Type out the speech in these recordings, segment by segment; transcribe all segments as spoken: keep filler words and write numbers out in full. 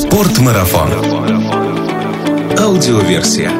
Спортмарафон. Аудиоверсия.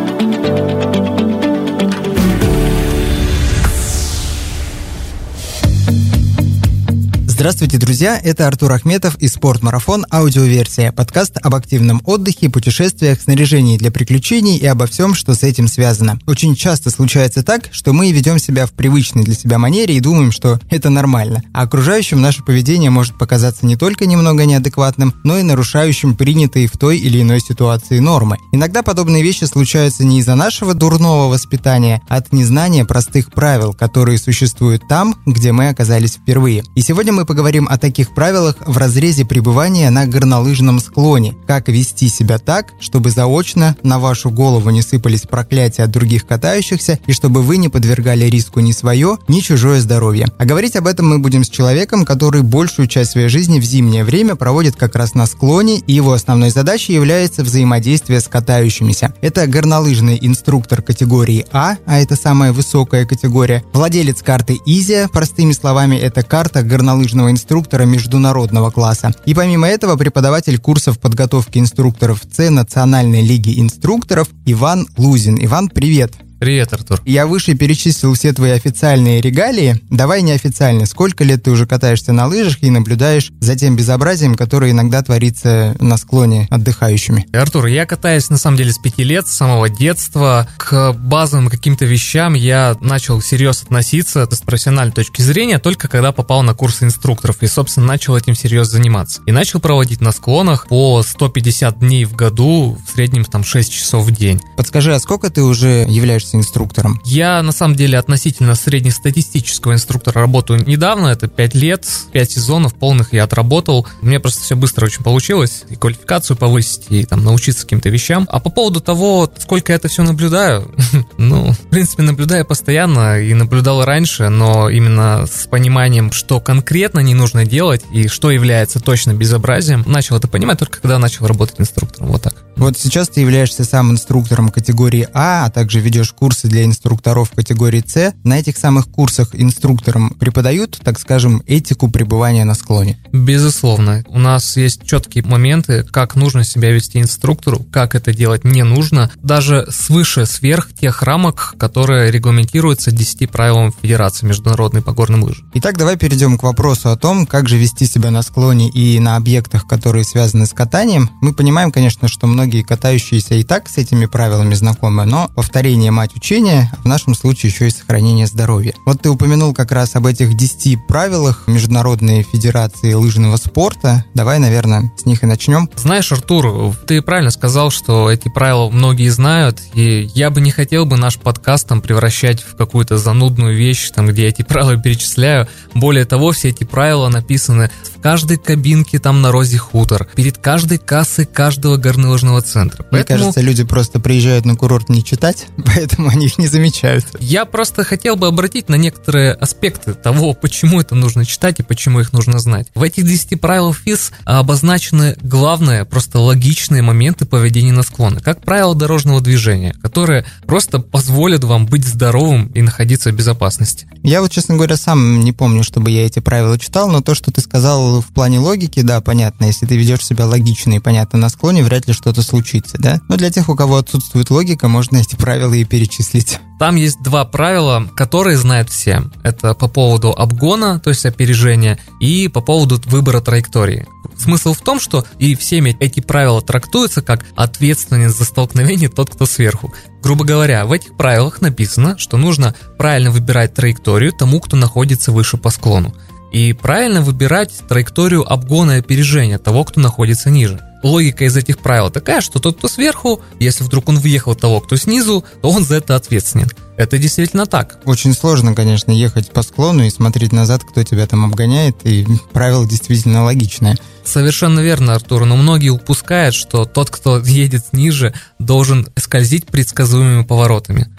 Здравствуйте, друзья! Это Артур Ахметов и «Спортмарафон. Аудиоверсия». Подкаст об активном отдыхе, путешествиях, снаряжении для приключений и обо всем, что с этим связано. Очень часто случается так, что мы ведем себя в привычной для себя манере и думаем, что это нормально. А окружающим наше поведение может показаться не только немного неадекватным, но и нарушающим принятые в той или иной ситуации нормы. Иногда подобные вещи случаются не из-за нашего дурного воспитания, а от незнания простых правил, которые существуют там, где мы оказались впервые. И сегодня мы поговорим о таких правилах в разрезе пребывания на горнолыжном склоне. Как вести себя так, чтобы заочно на вашу голову не сыпались проклятия от других катающихся и чтобы вы не подвергали риску ни свое, ни чужое здоровье. А говорить об этом мы будем с человеком, который большую часть своей жизни в зимнее время проводит как раз на склоне, и его основной задачей является взаимодействие с катающимися. Это горнолыжный инструктор категории А, а это самая высокая категория, владелец карты Изия, простыми словами, это карта горнолыжного инструктора международного класса. И помимо этого преподаватель курсов подготовки инструкторов С Национальной лиги инструкторов Иван Лузин. Иван, привет! Привет, Артур. Я выше перечислил все твои официальные регалии. Давай неофициально. Сколько лет ты уже катаешься на лыжах и наблюдаешь за тем безобразием, которое иногда творится на склоне отдыхающими? Артур, я катаюсь на самом деле с пяти лет, с самого детства. К базовым каким-то вещам я начал всерьез относиться с профессиональной точки зрения только когда попал на курсы инструкторов и, собственно, начал этим всерьез заниматься. И начал проводить на склонах по сто пятьдесят дней в году, в среднем там шесть часов в день. Подскажи, а сколько ты уже являешься инструктором? Я, на самом деле, относительно среднестатистического инструктора работаю недавно, это пять лет, пять сезонов полных я отработал. У меня просто все быстро очень получилось, и квалификацию повысить, и там научиться каким-то вещам. А по поводу того, сколько я это все наблюдаю, ну, в принципе, наблюдаю постоянно и наблюдал раньше, но именно с пониманием, что конкретно не нужно делать и что является точно безобразием, начал это понимать только когда начал работать инструктором, вот так. Вот сейчас ты являешься сам инструктором категории А, а также ведешь курсы для инструкторов категории С. На этих самых курсах инструкторам преподают, так скажем, этику пребывания на склоне? Безусловно. У нас есть четкие моменты, как нужно себя вести инструктору, как это делать не нужно, даже свыше, сверх тех рамок, которые регламентируются десятью правилами Федерации международной по горным лыжам. Итак, давай перейдем к вопросу о том, как же вести себя на склоне и на объектах, которые связаны с катанием. Мы понимаем, конечно, что многие Многие катающиеся и так с этими правилами знакомы, но повторение мать учения, в нашем случае еще и сохранение здоровья. Вот ты упомянул как раз об этих десяти правилах Международной Федерации лыжного спорта. Давай, наверное, с них и начнем. Знаешь, Артур, ты правильно сказал, что эти правила многие знают, и я бы не хотел бы наш подкаст там превращать в какую-то занудную вещь, там, где я эти правила перечисляю. Более того, все эти правила написаны в каждой кабинке там на Розе Хутор, перед каждой кассой каждого горнолыжного центра. Мне поэтому... кажется, люди просто приезжают на курорт не читать, поэтому они их не замечают. Я просто хотел бы обратить на некоторые аспекты того, почему это нужно читать и почему их нужно знать. В этих десяти правилах ФИС обозначены главные, просто логичные моменты поведения на склоне, как правило дорожного движения, которые просто позволят вам быть здоровым и находиться в безопасности. Я вот, честно говоря, сам не помню, чтобы я эти правила читал, но то, что ты сказал в плане логики, да, понятно. Если ты ведешь себя логично и понятно на склоне, вряд ли что-то случится, да? Но для тех, у кого отсутствует логика, можно эти правила и перечислить. Там есть два правила, которые знают все. Это по поводу обгона, то есть опережения, и по поводу выбора траектории. Смысл в том, что и всеми эти правила трактуются как ответственность за столкновение тот, кто сверху. Грубо говоря, в этих правилах написано, что нужно правильно выбирать траекторию тому, кто находится выше по склону. И правильно выбирать траекторию обгона и опережения того, кто находится ниже. Логика из этих правил такая, что тот, кто сверху, если вдруг он въехал в того, кто снизу, то он за это ответственен. Это действительно так. Очень сложно, конечно, ехать по склону и смотреть назад, кто тебя там обгоняет, и правило действительно логичное. Совершенно верно, Артур, но многие упускают, что тот, кто едет ниже, должен скользить предсказуемыми поворотами.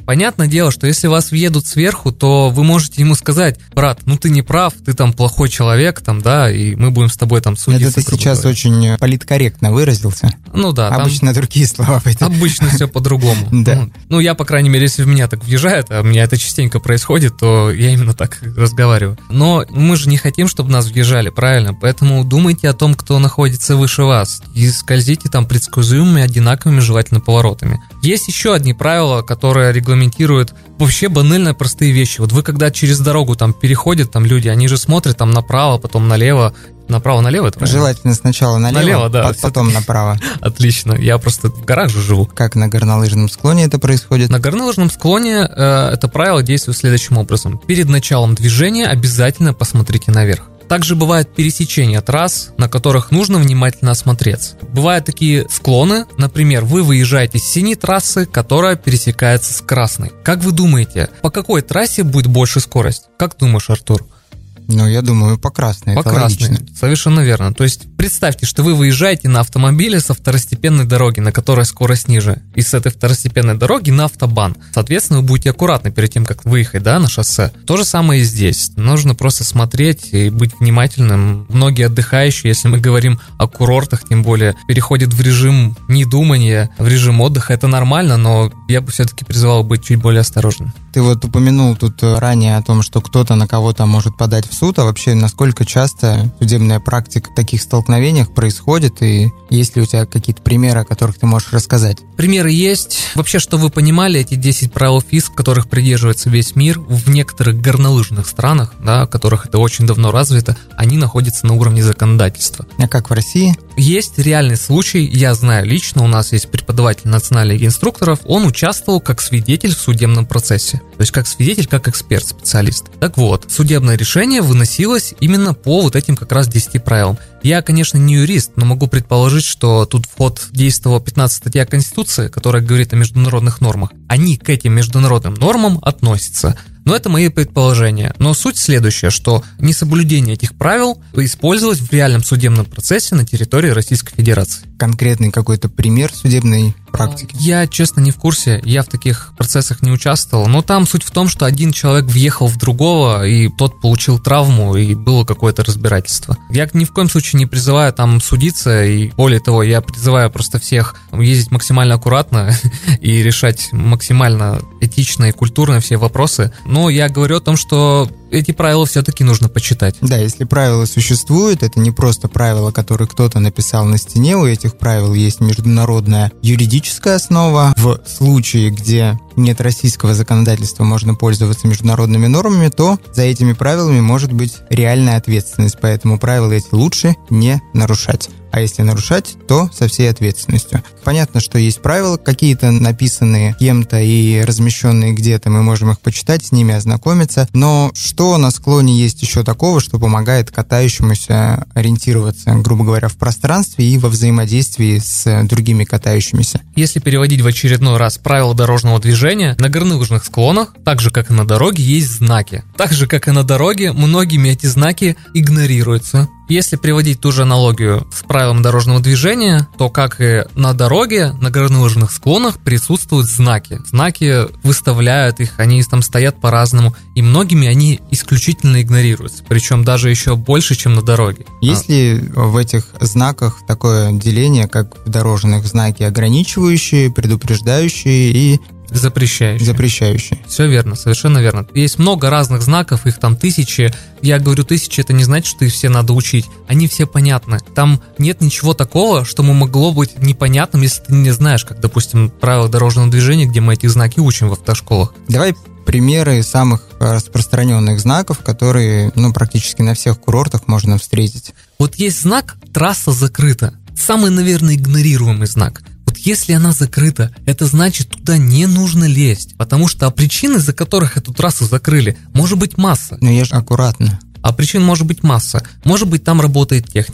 Понятное дело, что если вас въедут сверху, то вы можете ему сказать: брат, ну ты не прав, ты там плохой человек, там, да, и мы будем с тобой там судиться. Это ты сейчас говоря. Очень политкорректно выразился. Ну да. Обычно там другие слова. Обычно все по-другому. Да. Ну, я, по крайней мере, если в меня так въезжает, а у меня это частенько происходит, то я именно так разговариваю. Но мы же не хотим, чтобы нас въезжали, правильно? Поэтому думайте о том, кто находится выше вас, и скользите там предсказуемыми, одинаковыми, желательно, поворотами. Есть еще одни правила, которые регламентируют вообще банальные простые вещи. Вот вы когда через дорогу там переходят, там люди, они же смотрят там направо, потом налево, направо-налево, это правильно? Желательно сначала налево, налево да, потом направо. Отлично, я просто в горах же живу. Как на горнолыжном склоне это происходит? На горнолыжном склоне э, это правило действует следующим образом. Перед началом движения обязательно посмотрите наверх. Также бывают пересечения трасс, на которых нужно внимательно осмотреться. Бывают такие склоны, например, вы выезжаете с синей трассы, которая пересекается с красной. Как вы думаете, по какой трассе будет больше скорость? Как думаешь, Артур? Ну, я думаю, по красной. По это красной, логично. Совершенно верно. То есть представьте, что вы выезжаете на автомобиле со второстепенной дороги, на которой скорость ниже, и с этой второстепенной дороги на автобан. Соответственно, вы будете аккуратны перед тем, как выехать, да, на шоссе. То же самое и здесь. Нужно просто смотреть и быть внимательным. Многие отдыхающие, если мы говорим о курортах, тем более, переходят в режим недумания, в режим отдыха. Это нормально, но я бы все-таки призывал быть чуть более осторожным. Ты вот упомянул тут ранее о том, что кто-то на кого-то может подать в суд, а вообще насколько часто судебная практика в таких столкновениях происходит, и есть ли у тебя какие-то примеры, о которых ты можешь рассказать? Примеры есть. Вообще, что вы понимали, эти десять правил ФИС, которых придерживается весь мир, в некоторых горнолыжных странах, да, в которых это очень давно развито, они находятся на уровне законодательства. А как в России? Есть реальный случай, я знаю лично, у нас есть преподаватель Национальной лиги инструкторов, он участвовал как свидетель в судебном процессе. То есть как свидетель, как эксперт, специалист. Так вот, судебное решение выносилось именно по вот этим как раз десяти правилам. Я, конечно, не юрист, но могу предположить, что тут в ход действовала пятнадцатая статья Конституции, которая говорит о международных нормах. Они к этим международным нормам относятся. Но это мои предположения. Но суть следующая, что несоблюдение этих правил использовалось в реальном судебном процессе на территории Российской Федерации. Конкретный какой-то пример судебной практики? Я, честно, не в курсе. Я в таких процессах не участвовал. Но там суть в том, что один человек въехал в другого, и тот получил травму, и было какое-то разбирательство. Я ни в коем случае не призываю там судиться, и более того, я призываю просто всех ездить максимально аккуратно и решать максимально этично и культурно все вопросы. Но я говорю о том, что эти правила все-таки нужно почитать. Да, если правила существуют, это не просто правила, которые кто-то написал на стене, у этих правил есть международная юридическая основа. В случае, где нет российского законодательства, можно пользоваться международными нормами, то за этими правилами может быть реальная ответственность, поэтому правила эти лучше не нарушать. А если нарушать, то со всей ответственностью. Понятно, что есть правила, какие-то написанные кем-то и размещенные где-то, мы можем их почитать, с ними ознакомиться, но что на склоне есть еще такого, что помогает катающемуся ориентироваться, грубо говоря, в пространстве и во взаимодействии с другими катающимися? Если переводить в очередной раз правила дорожного движения, на горнолыжных склонах, так же как и на дороге, есть знаки. Так же как и на дороге, многими эти знаки игнорируются. Если приводить ту же аналогию с правилом дорожного движения, то как и на дороге, на горнолыжных склонах присутствуют знаки. Знаки выставляют их, они там стоят по-разному, и многими они исключительно игнорируются, причем даже еще больше, чем на дороге. Есть ли в этих знаках такое деление, как в дорожных знаки ограничивающие, предупреждающие и Запрещающие. Запрещающие. Все верно, совершенно верно. Есть много разных знаков, их там тысячи. Я говорю тысячи, это не значит, что их все надо учить. Они все понятны. Там нет ничего такого, что могло быть непонятным, если ты не знаешь, как, допустим, правила дорожного движения, где мы эти знаки учим в автошколах. Давай примеры самых распространенных знаков, которые, ну, практически на всех курортах можно встретить. Вот есть знак «Трасса закрыта». Самый, наверное, игнорируемый знак. Вот если она закрыта, это значит, туда не нужно лезть, потому что причин, из-за которых эту трассу закрыли, может быть масса. Но я же аккуратно. А причин может быть масса. Может быть, там работает техника.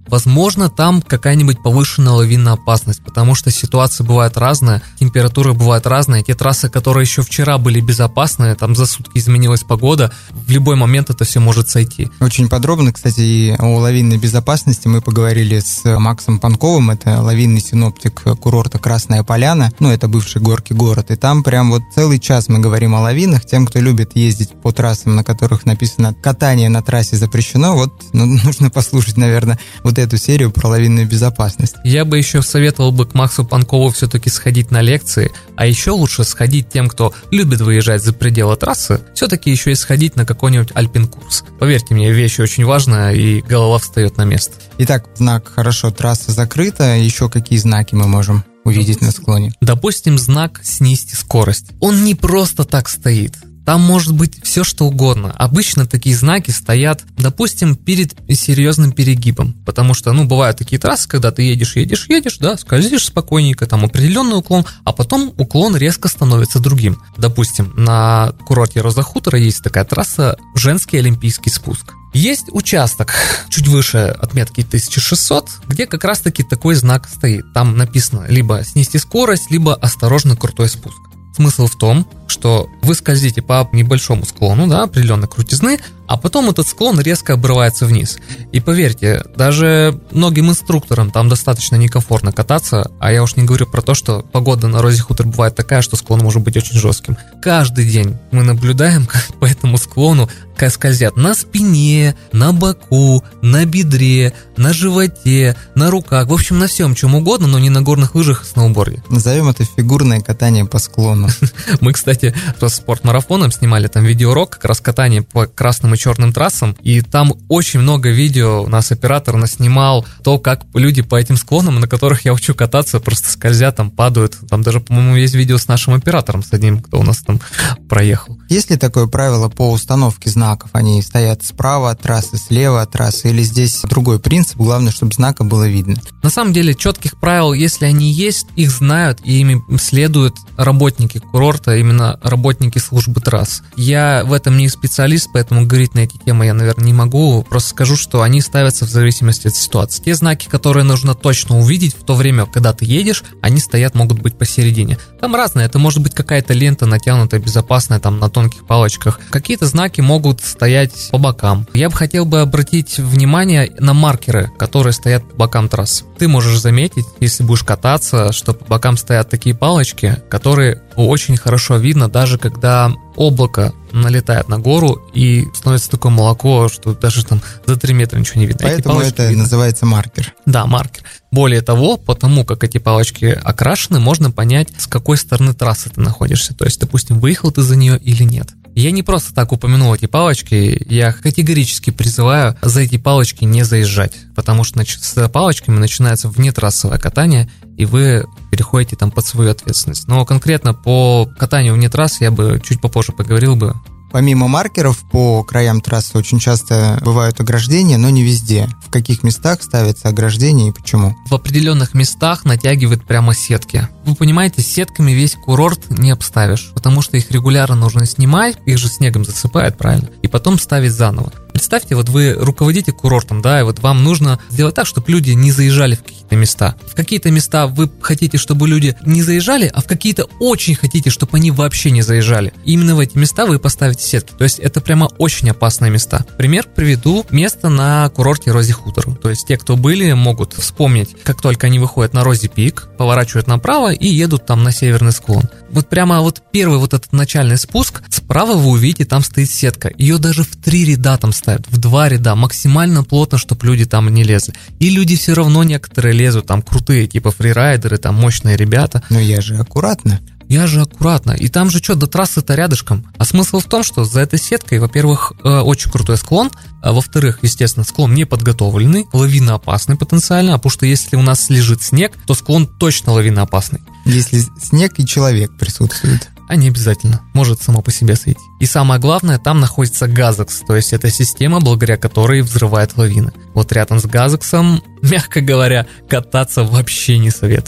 возможно, там какая-нибудь повышенная лавинная опасность, потому что ситуации бывают разные, температуры бывают разные. Те трассы, которые еще вчера были безопасны, там за сутки изменилась погода, в любой момент это все может сойти. Очень подробно, кстати, и о лавинной безопасности мы поговорили с Максом Панковым, это лавинный синоптик курорта Красная Поляна, ну, это бывший горки город, и там прям вот целый час мы говорим о лавинах. Тем, кто любит ездить по трассам, на которых написано «катание на трассе запрещено», вот ну, нужно послушать, наверное, вот эту серию про лавинную безопасность. Я бы еще советовал бы к Максу Панкову все-таки сходить на лекции, а еще лучше сходить тем, кто любит выезжать за пределы трассы, все-таки еще и сходить на какой-нибудь альпин-курс. Поверьте мне, вещь очень важная, и голова встает на место. Итак, знак «хорошо, трасса закрыта», еще какие знаки мы можем увидеть на склоне? Допустим, знак «снизьте скорость». Он не просто так стоит. Там может быть все, что угодно. Обычно такие знаки стоят, допустим, перед серьезным перегибом. Потому что, ну, бывают такие трассы, когда ты едешь, едешь, едешь, да, скользишь спокойненько, там определенный уклон, а потом уклон резко становится другим. Допустим, на курорте Роза Хутора есть такая трасса «Женский олимпийский спуск». Есть участок чуть выше отметки тысяча шестьсот, где как раз-таки такой знак стоит. Там написано либо «снизьте скорость», либо «осторожно, крутой спуск». Смысл в том, что вы скользите по небольшому склону, да, определенной крутизны, а потом этот склон резко обрывается вниз. И поверьте, даже многим инструкторам там достаточно некомфортно кататься, а я уж не говорю про то, что погода на Розе Хутор бывает такая, что склон может быть очень жестким. Каждый день мы наблюдаем, как по этому склону скользят на спине, на боку, на бедре, на животе, на руках, в общем, на всем чем угодно, но не на горных лыжах и сноуборде. Назовем это фигурное катание по склону. Мы, кстати, с спортмарафоном снимали там видеоурок, как раз катание по красным и черным трассам, и там очень много видео у нас оператор наснимал, то, как люди по этим склонам, на которых я учу кататься, просто скользят, там падают. Там даже, по-моему, есть видео с нашим оператором, с одним, кто у нас там проехал. Есть ли такое правило по установке знаков? Они стоят справа от трассы, слева от трассы, или здесь другой принцип, главное, чтобы знака было видно? На самом деле, четких правил, если они есть, их знают, и ими следуют работники курорта, именно работники службы трасс. Я в этом не специалист, поэтому говорить на эти темы я, наверное, не могу. Просто скажу, что они ставятся в зависимости от ситуации. Те знаки, которые нужно точно увидеть в то время, когда ты едешь, они стоят, могут быть посередине. Там разные. Это может быть какая-то лента натянутая, безопасная, там на тонких палочках. Какие-то знаки могут стоять по бокам. Я бы хотел бы обратить внимание на маркеры, которые стоят по бокам трасс. Ты можешь заметить, если будешь кататься, что по бокам стоят такие палочки, которые очень хорошо видно, даже когда облако налетает на гору и становится такое молоко, что даже там за три метра ничего не видно. Поэтому это видно. Называется маркер. Да, маркер. Более того, потому как эти палочки окрашены, можно понять, с какой стороны трассы ты находишься. То есть, допустим, выехал ты за нее или нет. Я не просто так упомянул эти палочки, я категорически призываю за эти палочки не заезжать, потому что с палочками начинается внетрассовое катание, и вы переходите там под свою ответственность. Но конкретно по катанию вне трассы я бы чуть попозже поговорил бы. Помимо маркеров по краям трассы очень часто бывают ограждения, но не везде. В каких местах ставятся ограждения и почему? В определенных местах натягивают прямо сетки. Вы понимаете, сетками весь курорт не обставишь, потому что их регулярно нужно снимать, их же снегом засыпают, правильно, и потом ставить заново. Представьте, вот вы руководите курортом, да, и вот вам нужно сделать так, чтобы люди не заезжали в какие-то места. В какие-то места вы хотите, чтобы люди не заезжали, а в какие-то очень хотите, чтобы они вообще не заезжали. И именно в эти места вы поставите сетки. То есть это прямо очень опасные места. Пример приведу: место на курорте Розе Хутор. То есть те, кто были, могут вспомнить, как только они выходят на Розе Пик, поворачивают направо и едут там на северный склон. Вот прямо вот первый вот этот начальный спуск, справа вы увидите, там стоит сетка. Ее даже в три ряда там ставят, в два ряда, максимально плотно, чтобы люди там не лезли. И люди все равно некоторые лезут, там крутые, типа фрирайдеры, там мощные ребята. Но я же аккуратно. Я же аккуратно. И там же что, до трассы-то рядышком. А смысл в том, что за этой сеткой, во-первых, очень крутой склон, а во-вторых, естественно, склон не подготовленный, лавиноопасный потенциально, а потому что если у нас лежит снег, то склон точно лавиноопасный. Если снег и человек присутствует. А не обязательно, может само по себе сойти. И самое главное, там находится газекс, то есть это система, благодаря которой взрывает лавины. Вот рядом с газексом, мягко говоря, кататься вообще не советуется.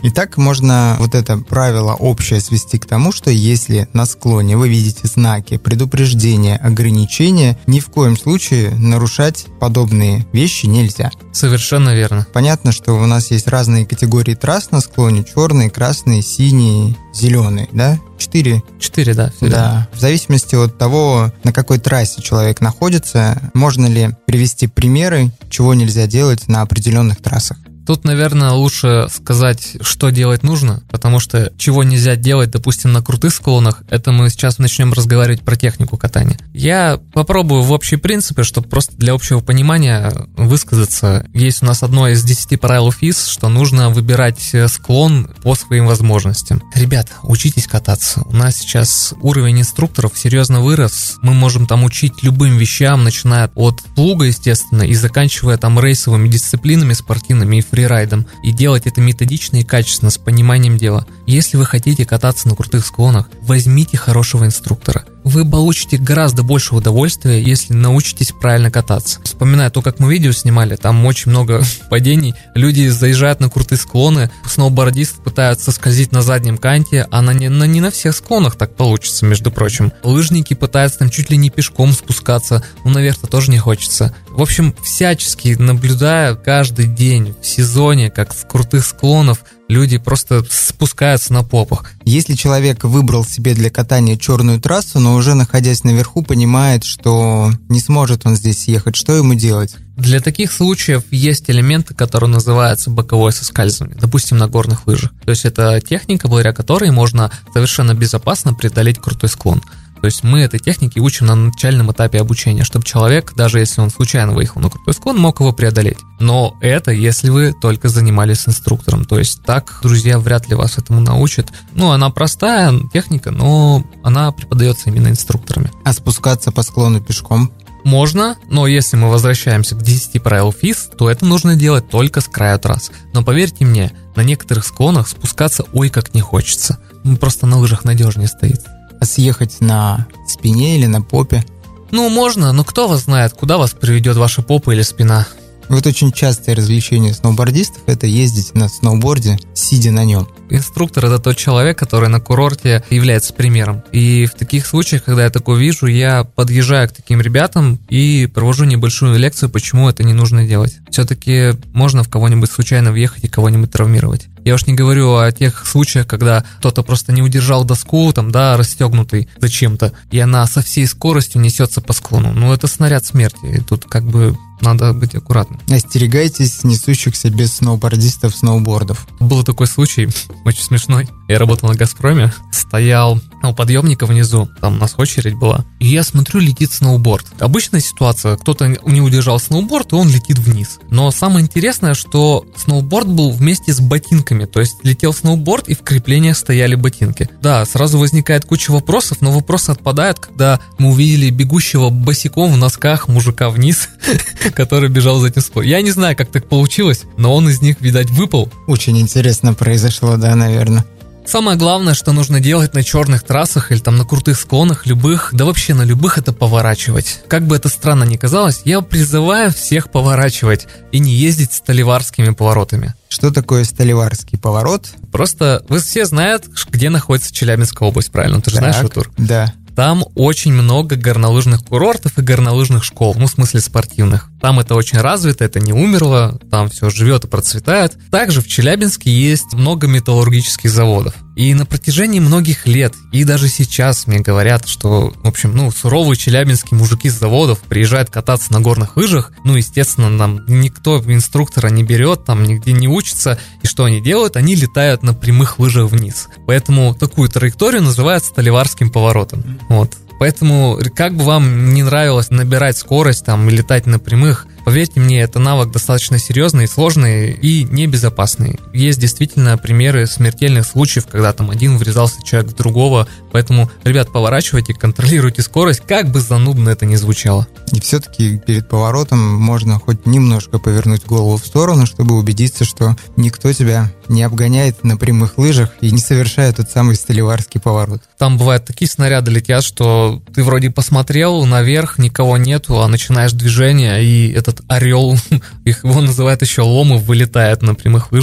Итак, можно вот это правило общее свести к тому, что если на склоне вы видите знаки, предупреждения, ограничения, ни в коем случае нарушать подобные вещи нельзя. Совершенно верно. Понятно, что у нас есть разные категории трасс на склоне: черные, красные, синие, зеленые, да? Четыре. Четыре, да. Да. Верно. В зависимости от того, на какой трассе человек находится, можно ли привести примеры, чего нельзя делать на определенных трассах. Тут, наверное, лучше сказать, что делать нужно, потому что чего нельзя делать, допустим, на крутых склонах, это мы сейчас начнем разговаривать про технику катания. Я попробую в общие принципы, чтобы просто для общего понимания высказаться. Есть у нас одно из десяти правил ФИС, что нужно выбирать склон по своим возможностям. Ребят, учитесь кататься. У нас сейчас уровень инструкторов серьезно вырос. Мы можем там учить любым вещам, начиная от плуга, естественно, и заканчивая там рейсовыми дисциплинами спортивными и фрирайдом, и делать это методично и качественно, с пониманием дела. Если вы хотите кататься на крутых склонах, возьмите хорошего инструктора. Вы получите гораздо больше удовольствия, если научитесь правильно кататься. Вспоминая то, как мы видео снимали, там очень много падений. Люди заезжают на крутые склоны, сноубордисты пытаются скользить на заднем канте, а на не, на, не на всех склонах так получится, между прочим. Лыжники пытаются там чуть ли не пешком спускаться, ну наверх-то тоже не хочется. В общем, всячески наблюдая каждый день в сезоне, как с крутых склонов люди просто спускаются на попах. Если человек выбрал себе для катания черную трассу, но уже находясь наверху понимает, что не сможет он здесь съехать, что ему делать? Для таких случаев есть элементы, которые называются боковое соскальзывание, допустим, на горных лыжах. То есть это техника, благодаря которой можно совершенно безопасно преодолеть крутой склон. То есть мы этой технике учим на начальном этапе обучения, чтобы человек, даже если он случайно выехал на крутой склон, мог его преодолеть. Но это если вы только занимались с инструктором. То есть так, друзья, вряд ли вас этому научат. Ну, она простая техника, но она преподается именно инструкторами. А спускаться по склону пешком? Можно, но если мы возвращаемся к десяти правил ФИС, то это нужно делать только с краю трасс. Но поверьте мне, на некоторых склонах спускаться ой как не хочется. Просто на лыжах надежнее стоит. А съехать на спине или на попе? Ну, можно, но кто вас знает, куда вас приведет ваша попа или спина. Вот очень частое развлечение сноубордистов – это ездить на сноуборде, сидя на нем. Инструктор – это тот человек, который на курорте является примером. И в таких случаях, когда я такое вижу, я подъезжаю к таким ребятам и провожу небольшую лекцию, почему это не нужно делать. Все-таки можно в кого-нибудь случайно въехать и кого-нибудь травмировать. Я уж не говорю о тех случаях, когда кто-то просто не удержал доску, там, да, расстегнутый зачем-то, и она со всей скоростью несется по склону. Ну, это снаряд смерти, и тут как бы надо быть аккуратным. Остерегайтесь несущихся без сноубордистов сноубордов. Был такой случай, очень смешной. Я работал на «Газпроме», стоял у подъемника внизу, там у нас очередь была, и я смотрю, летит сноуборд. Обычная ситуация, кто-то не удержал сноуборд, и он летит вниз. Но самое интересное, что сноуборд был вместе с ботинками, то есть летел сноуборд, и в креплениях стояли ботинки. Да, сразу возникает куча вопросов, но вопросы отпадают, когда мы увидели бегущего босиком в носках мужика вниз, который бежал за этим склоном. Я не знаю, как так получилось, но он из них, видать, выпал. Очень интересно произошло, да, наверное. Самое главное, что нужно делать на черных трассах или там на крутых склонах, любых, да вообще на любых, это поворачивать. Как бы это странно ни казалось, я призываю всех поворачивать и не ездить сталеварскими поворотами. Что такое сталеварский поворот? Просто вы все знают, где находится Челябинская область, правильно? Ты же так, знаешь, Шутур? Да. Там очень много горнолыжных курортов и горнолыжных школ, ну, в смысле спортивных. Там это очень развито, это не умерло, там все живет и процветает. Также в Челябинске есть много металлургических заводов. И на протяжении многих лет, и даже сейчас мне говорят, что, в общем, ну, суровые челябинские мужики с заводов приезжают кататься на горных лыжах. Ну, естественно, нам никто инструктора не берет, там нигде не учится. И что они делают? Они летают на прямых лыжах вниз. Поэтому такую траекторию называют сталеварским поворотом. Вот. Поэтому, как бы вам не нравилось набирать скорость там, и летать на прямых, поверьте мне, это навык достаточно серьезный, сложный и небезопасный. Есть действительно примеры смертельных случаев, когда там один врезался человек в другого. Поэтому, ребят, поворачивайте, контролируйте скорость, как бы занудно это ни звучало. И все-таки перед поворотом можно хоть немножко повернуть голову в сторону, чтобы убедиться, что никто тебя не обгоняет на прямых лыжах и не совершает тот самый сталеварский поворот. Там бывают такие снаряды летят, что ты вроде посмотрел наверх, никого нету, а начинаешь движение, и этот орел, их его называют еще ломы, вылетает на прямых лыжах.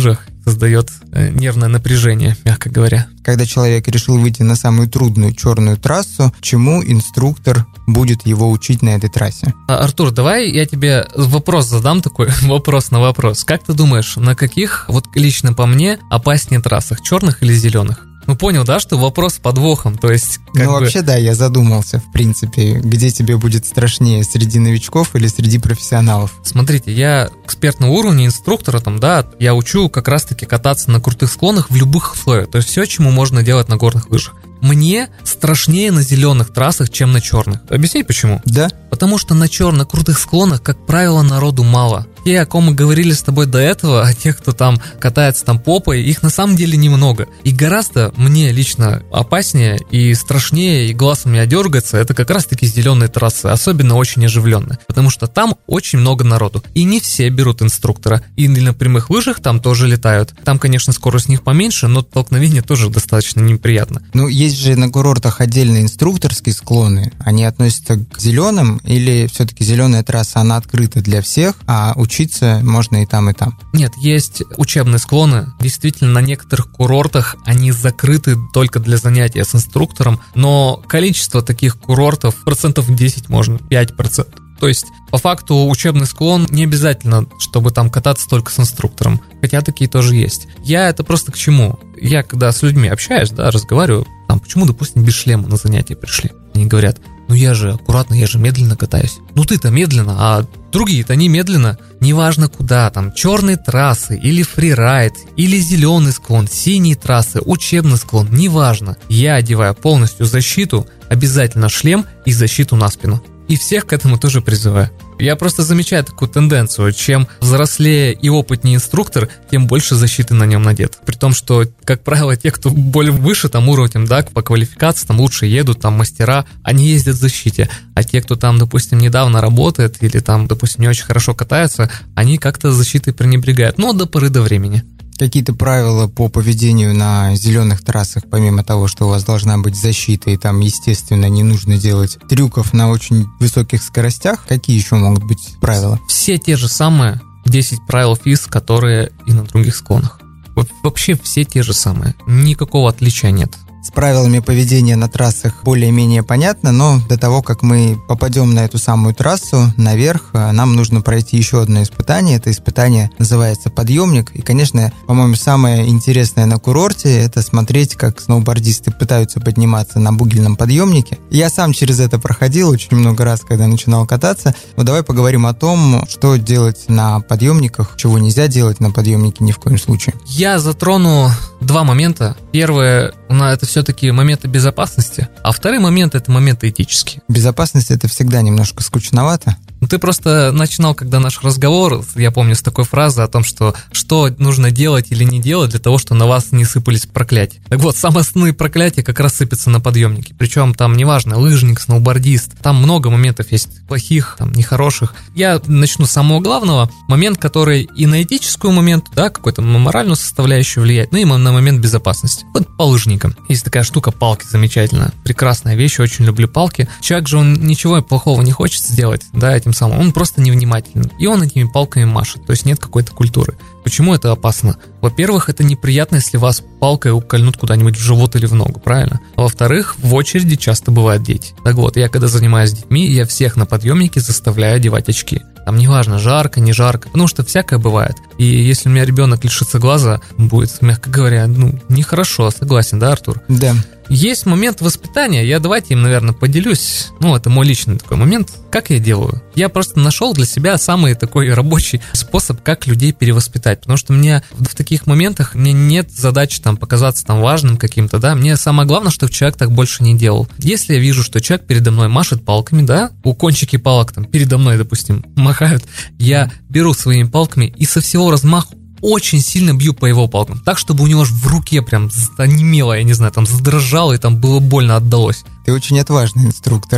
создает нервное напряжение, мягко говоря. Когда человек решил выйти на самую трудную черную трассу, чему инструктор будет его учить на этой трассе? Артур, давай я тебе вопрос задам такой, вопрос на вопрос. Как ты думаешь, на каких, вот лично по мне, опаснее трассах, черных или зеленых? Ну, понял, да, что вопрос с подвохом, то есть... Как ну, бы... вообще, да, я задумался, в принципе, где тебе будет страшнее, среди новичков или среди профессионалов? Смотрите, я экспертного уровня инструктора, там, да, я учу как раз-таки кататься на крутых склонах в любых условиях, то есть все, чему можно делать на горных лыжах. Мне страшнее на зеленых трассах, чем на черных. Объясни, почему? Да. Потому что на черных крутых склонах, как правило, народу мало. Те, о ком мы говорили с тобой до этого, а тех, кто там катается там попой, их на самом деле немного. И гораздо мне лично опаснее и страшнее, и глаз у меня дергается, это как раз-таки зеленые трассы, особенно очень оживленные. Потому что там очень много народу. И не все берут инструктора. И на прямых лыжах там тоже летают. Там, конечно, скорость у них поменьше, но столкновение тоже достаточно неприятно. Ну, есть же на курортах отдельные инструкторские склоны. Они относятся к зеленым или все-таки зеленая трасса, она открыта для всех, а учиться можно и там, и там? Нет, есть учебные склоны. Действительно, на некоторых курортах они закрыты только для занятия с инструктором, но количество таких курортов процентов десять можно, пять процентов. То есть, по факту, учебный склон не обязательно, чтобы там кататься только с инструктором, хотя такие тоже есть. Я это просто к чему? Я, когда с людьми общаюсь, да, разговариваю, там, почему, допустим, без шлема на занятия пришли? Они говорят, ну я же аккуратно, я же медленно катаюсь. Ну ты-то медленно, а другие-то не медленно. Неважно куда, там, черные трассы, или фрирайд, или зеленый склон, синие трассы, учебный склон, неважно. Я одеваю полностью защиту, обязательно шлем и защиту на спину. И всех к этому тоже призываю. Я просто замечаю такую тенденцию. Чем взрослее и опытнее инструктор, тем больше защиты на нем надет. При том, что, как правило, те, кто более выше там уровнем, да, по квалификации, там лучше едут, там мастера, они ездят в защите. А те, кто там, допустим, недавно работает или там, допустим, не очень хорошо катаются, они как-то защитой пренебрегают. Но до поры до времени. Какие-то правила по поведению на зеленых трассах, помимо того, что у вас должна быть защита, и там, естественно, не нужно делать трюков на очень высоких скоростях, какие еще могут быть правила? Все те же самые десять правил ФИС, которые и на других склонах. Вообще все те же самые, никакого отличия нет. С правилами поведения на трассах более-менее понятно, но до того, как мы попадем на эту самую трассу, наверх, нам нужно пройти еще одно испытание. Это испытание называется подъемник. И, конечно, по-моему, самое интересное на курорте – это смотреть, как сноубордисты пытаются подниматься на бугельном подъемнике. Я сам через это проходил очень много раз, когда начинал кататься. Но давай поговорим о том, что делать на подъемниках, чего нельзя делать на подъемнике ни в коем случае. Я затрону два момента. Первое – это все-таки моменты безопасности, а второй момент – это моменты этические. Безопасность – это всегда немножко скучновато. Ты просто начинал, когда наш разговор, я помню, с такой фразы о том, что что нужно делать или не делать для того, чтобы на вас не сыпались проклятия. Так вот, самые основные проклятия как раз сыпятся на подъемнике. Причем там неважно, лыжник, сноубордист, там много моментов есть плохих, там нехороших. Я начну с самого главного. Момент, который и на этическую момент, да, какой-то на моральную составляющую влияет, ну и на момент безопасности. Вот по лыжникам. Есть такая штука, палки, замечательная. Прекрасная вещь, очень люблю палки. Человек же, он ничего плохого не хочет сделать, да, этим самым. Он просто невнимательный. И он этими палками машет. То есть нет какой-то культуры. Почему это опасно? Во-первых, это неприятно, если вас палкой укольнут куда-нибудь в живот или в ногу, правильно? А во-вторых, в очереди часто бывают дети. Так вот, я когда занимаюсь с детьми, я всех на подъемнике заставляю одевать очки. Там неважно, жарко, не жарко, потому что всякое бывает. И если у меня ребенок лишится глаза, будет, мягко говоря, ну, нехорошо, согласен, да, Артур? Да. Есть момент воспитания, я давайте им, наверное, поделюсь, ну, это мой личный такой момент, как я делаю. Я просто нашел для себя самый такой рабочий способ, как людей перевоспитать, потому что мне в таких моментах, мне нет задачи там показаться там важным каким-то, да, мне самое главное, чтобы человек так больше не делал. Если я вижу, что человек передо мной машет палками, да, у кончики палок там передо мной, допустим, махают, я беру своими палками и со всего размаху очень сильно бью по его палкам, так, чтобы у него аж в руке прям онемело, я не знаю, там задрожало и там было больно, отдалось. Ты очень отважный инструктор.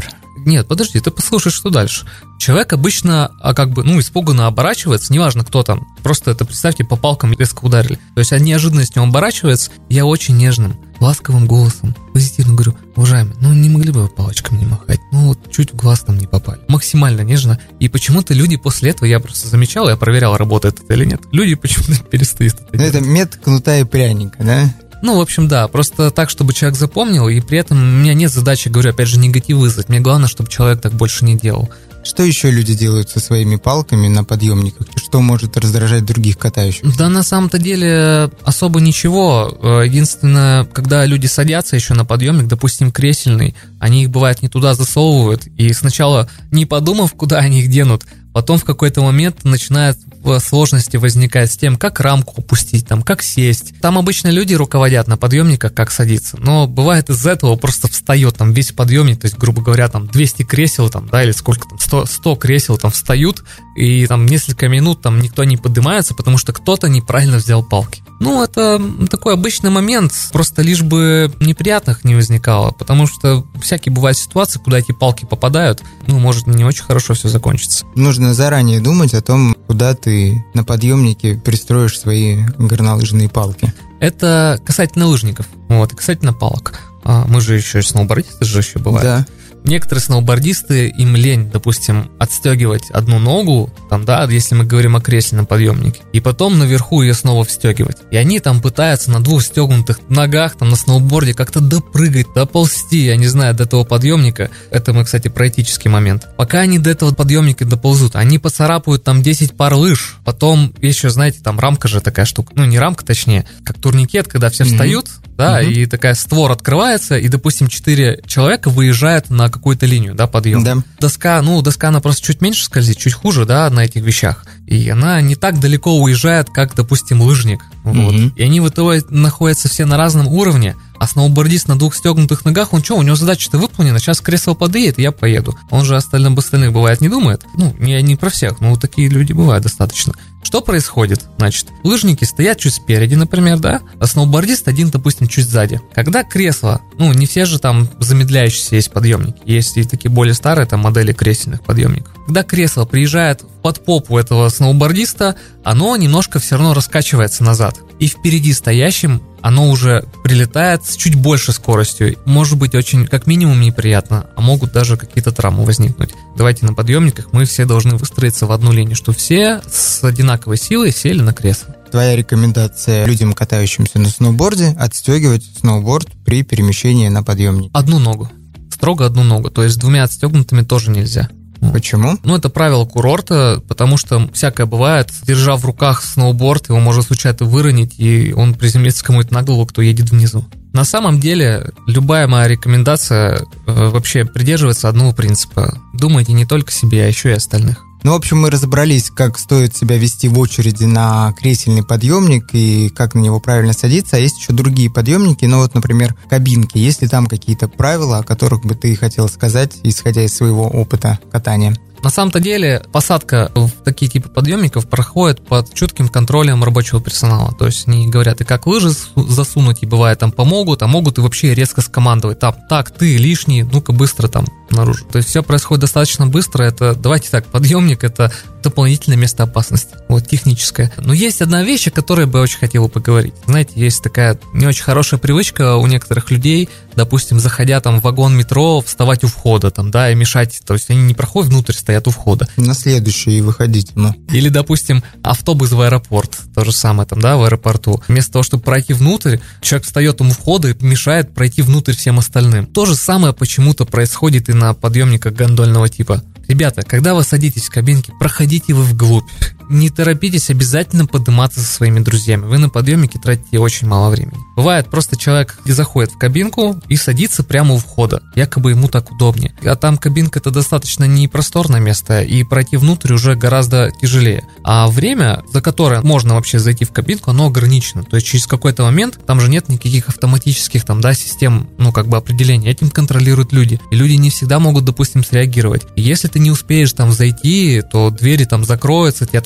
Нет, подожди, ты послушай, что дальше. Человек обычно, а как бы, ну, испуганно оборачивается, неважно, кто там. Просто это, представьте, по палкам резко ударили. То есть от неожиданности он оборачивается. Я очень нежным, ласковым голосом, позитивно говорю: уважаемый, ну не могли бы вы палочками не махать? Ну вот чуть в глаз там не попали. Максимально нежно. И почему-то люди после этого, я просто замечал, я проверял, работает это или нет. Люди почему-то перестают это делать. Это метод кнута и пряника, да? Ну, в общем, да, просто так, чтобы человек запомнил, и при этом у меня нет задачи, говорю, опять же, негатив вызвать. Мне главное, чтобы человек так больше не делал. Что еще люди делают со своими палками на подъемниках? Что может раздражать других катающихся? Да, на самом-то деле особо ничего. Единственное, когда люди садятся еще на подъемник, допустим, кресельный, они их, бывает, не туда засовывают, и сначала, не подумав, куда они их денут, потом в какой-то момент начинают сложности возникать с тем, как рамку опустить, там, как сесть. Там обычно люди руководят на подъемниках, как садиться. Но бывает из-за этого просто встает там весь подъемник, то есть, грубо говоря, там двести кресел, там, да, или сколько там, сто, сто кресел там встают, и там несколько минут там никто не поднимается, потому что кто-то неправильно взял палки. Ну, это такой обычный момент, просто лишь бы неприятных не возникало, потому что всякие бывают ситуации, куда эти палки попадают, ну, может, не очень хорошо все закончится. Нужно заранее думать о том, куда ты на подъемнике пристроишь свои горнолыжные палки. Это касательно лыжников, вот, и касательно палок. А мы же еще сноубордисты же еще бывают. Да. Некоторые сноубордисты, им лень, допустим, отстегивать одну ногу, там, да, если мы говорим о кресельном подъемнике, и потом наверху ее снова встегивать. И они там пытаются на двух стегнутых ногах, там, на сноуборде как-то допрыгать, доползти, я не знаю, до этого подъемника. Это мы, кстати, про этический момент. Пока они до этого подъемника доползут, они поцарапают там десять пар лыж, потом еще, знаете, там рамка же такая штука, ну, не рамка, точнее, как турникет, когда все встают, mm-hmm. да, mm-hmm. и такая створ открывается, и, допустим, четыре человека выезжают на какую-то линию, да, подъем. Да. Доска, ну, доска, она просто чуть меньше скользит, чуть хуже, да, на этих вещах. И она не так далеко уезжает, как, допустим, лыжник. Вот. Mm-hmm. И они в итоге находятся все на разном уровне, а сноубордист на двух стегнутых ногах, он что, у него задача-то выполнена, сейчас кресло подъедет, и я поеду. Он же остальным об остальных, бывает, не думает. Ну, не, не про всех, но такие люди бывают достаточно. Что происходит? Значит, лыжники стоят чуть спереди, например, да, а сноубордист один, допустим, чуть сзади. Когда кресло, ну, не все же там замедляющиеся есть подъемники, есть и такие более старые там модели кресельных подъемников. Когда кресло приезжает под попу этого сноубордиста, оно немножко все равно раскачивается назад. И впереди стоящим оно уже прилетает с чуть большей скоростью. Может быть очень, как минимум, неприятно, а могут даже какие-то травмы возникнуть. Давайте на подъемниках мы все должны выстроиться в одну линию, что все с одинаковой силой сели на кресло. Твоя рекомендация людям, катающимся на сноуборде, отстегивать сноуборд при перемещении на подъемнике? Одну ногу. Строго одну ногу. То есть двумя отстегнутыми тоже нельзя. Почему? Ну, это правило курорта, потому что всякое бывает. Держа в руках сноуборд, его может случайно выронить, и он приземлится кому-то на голову, кто едет внизу. На самом деле, любая моя рекомендация э, вообще придерживается одного принципа. Думайте не только себе, а еще и остальных. Ну, в общем, мы разобрались, как стоит себя вести в очереди на кресельный подъемник и как на него правильно садиться. А есть еще другие подъемники, ну вот, например, кабинки. Есть ли там какие-то правила, о которых бы ты хотел сказать, исходя из своего опыта катания? На самом-то деле посадка в такие типы подъемников проходит под чутким контролем рабочего персонала. То есть они говорят, и как лыжи засунуть, и бывает там помогут, а могут и вообще резко скомандовать. Там, так, ты лишний, ну-ка быстро там наружу. То есть все происходит достаточно быстро. Это, давайте так, подъемник — это дополнительное место опасности, вот, техническое. Но есть одна вещь, о которой бы я очень хотел поговорить. Знаете, есть такая не очень хорошая привычка у некоторых людей, допустим, заходя там в вагон метро, вставать у входа там, да, и мешать. То есть они не проходят внутрь, стоят у входа. На следующий выходите, ну. Или, допустим, автобус в аэропорт, то же самое там, да, в аэропорту. Вместо того, чтобы пройти внутрь, человек встает у входа и мешает пройти внутрь всем остальным. То же самое почему-то происходит и на подъемниках гондольного типа. Ребята, когда вы садитесь в кабинке, проходите вы вглубь. Не торопитесь обязательно подниматься со своими друзьями. Вы на подъемнике тратите очень мало времени. Бывает, просто человек заходит в кабинку и садится прямо у входа. Якобы ему так удобнее. А там кабинка — это достаточно непросторное место, и пройти внутрь уже гораздо тяжелее. А время, за которое можно вообще зайти в кабинку, оно ограничено. То есть через какой-то момент там же нет никаких автоматических там, да, систем, ну, как бы определения. Этим контролируют люди. И люди не всегда могут, допустим, среагировать. И если ты не успеешь там зайти, то двери там закроются, тебя там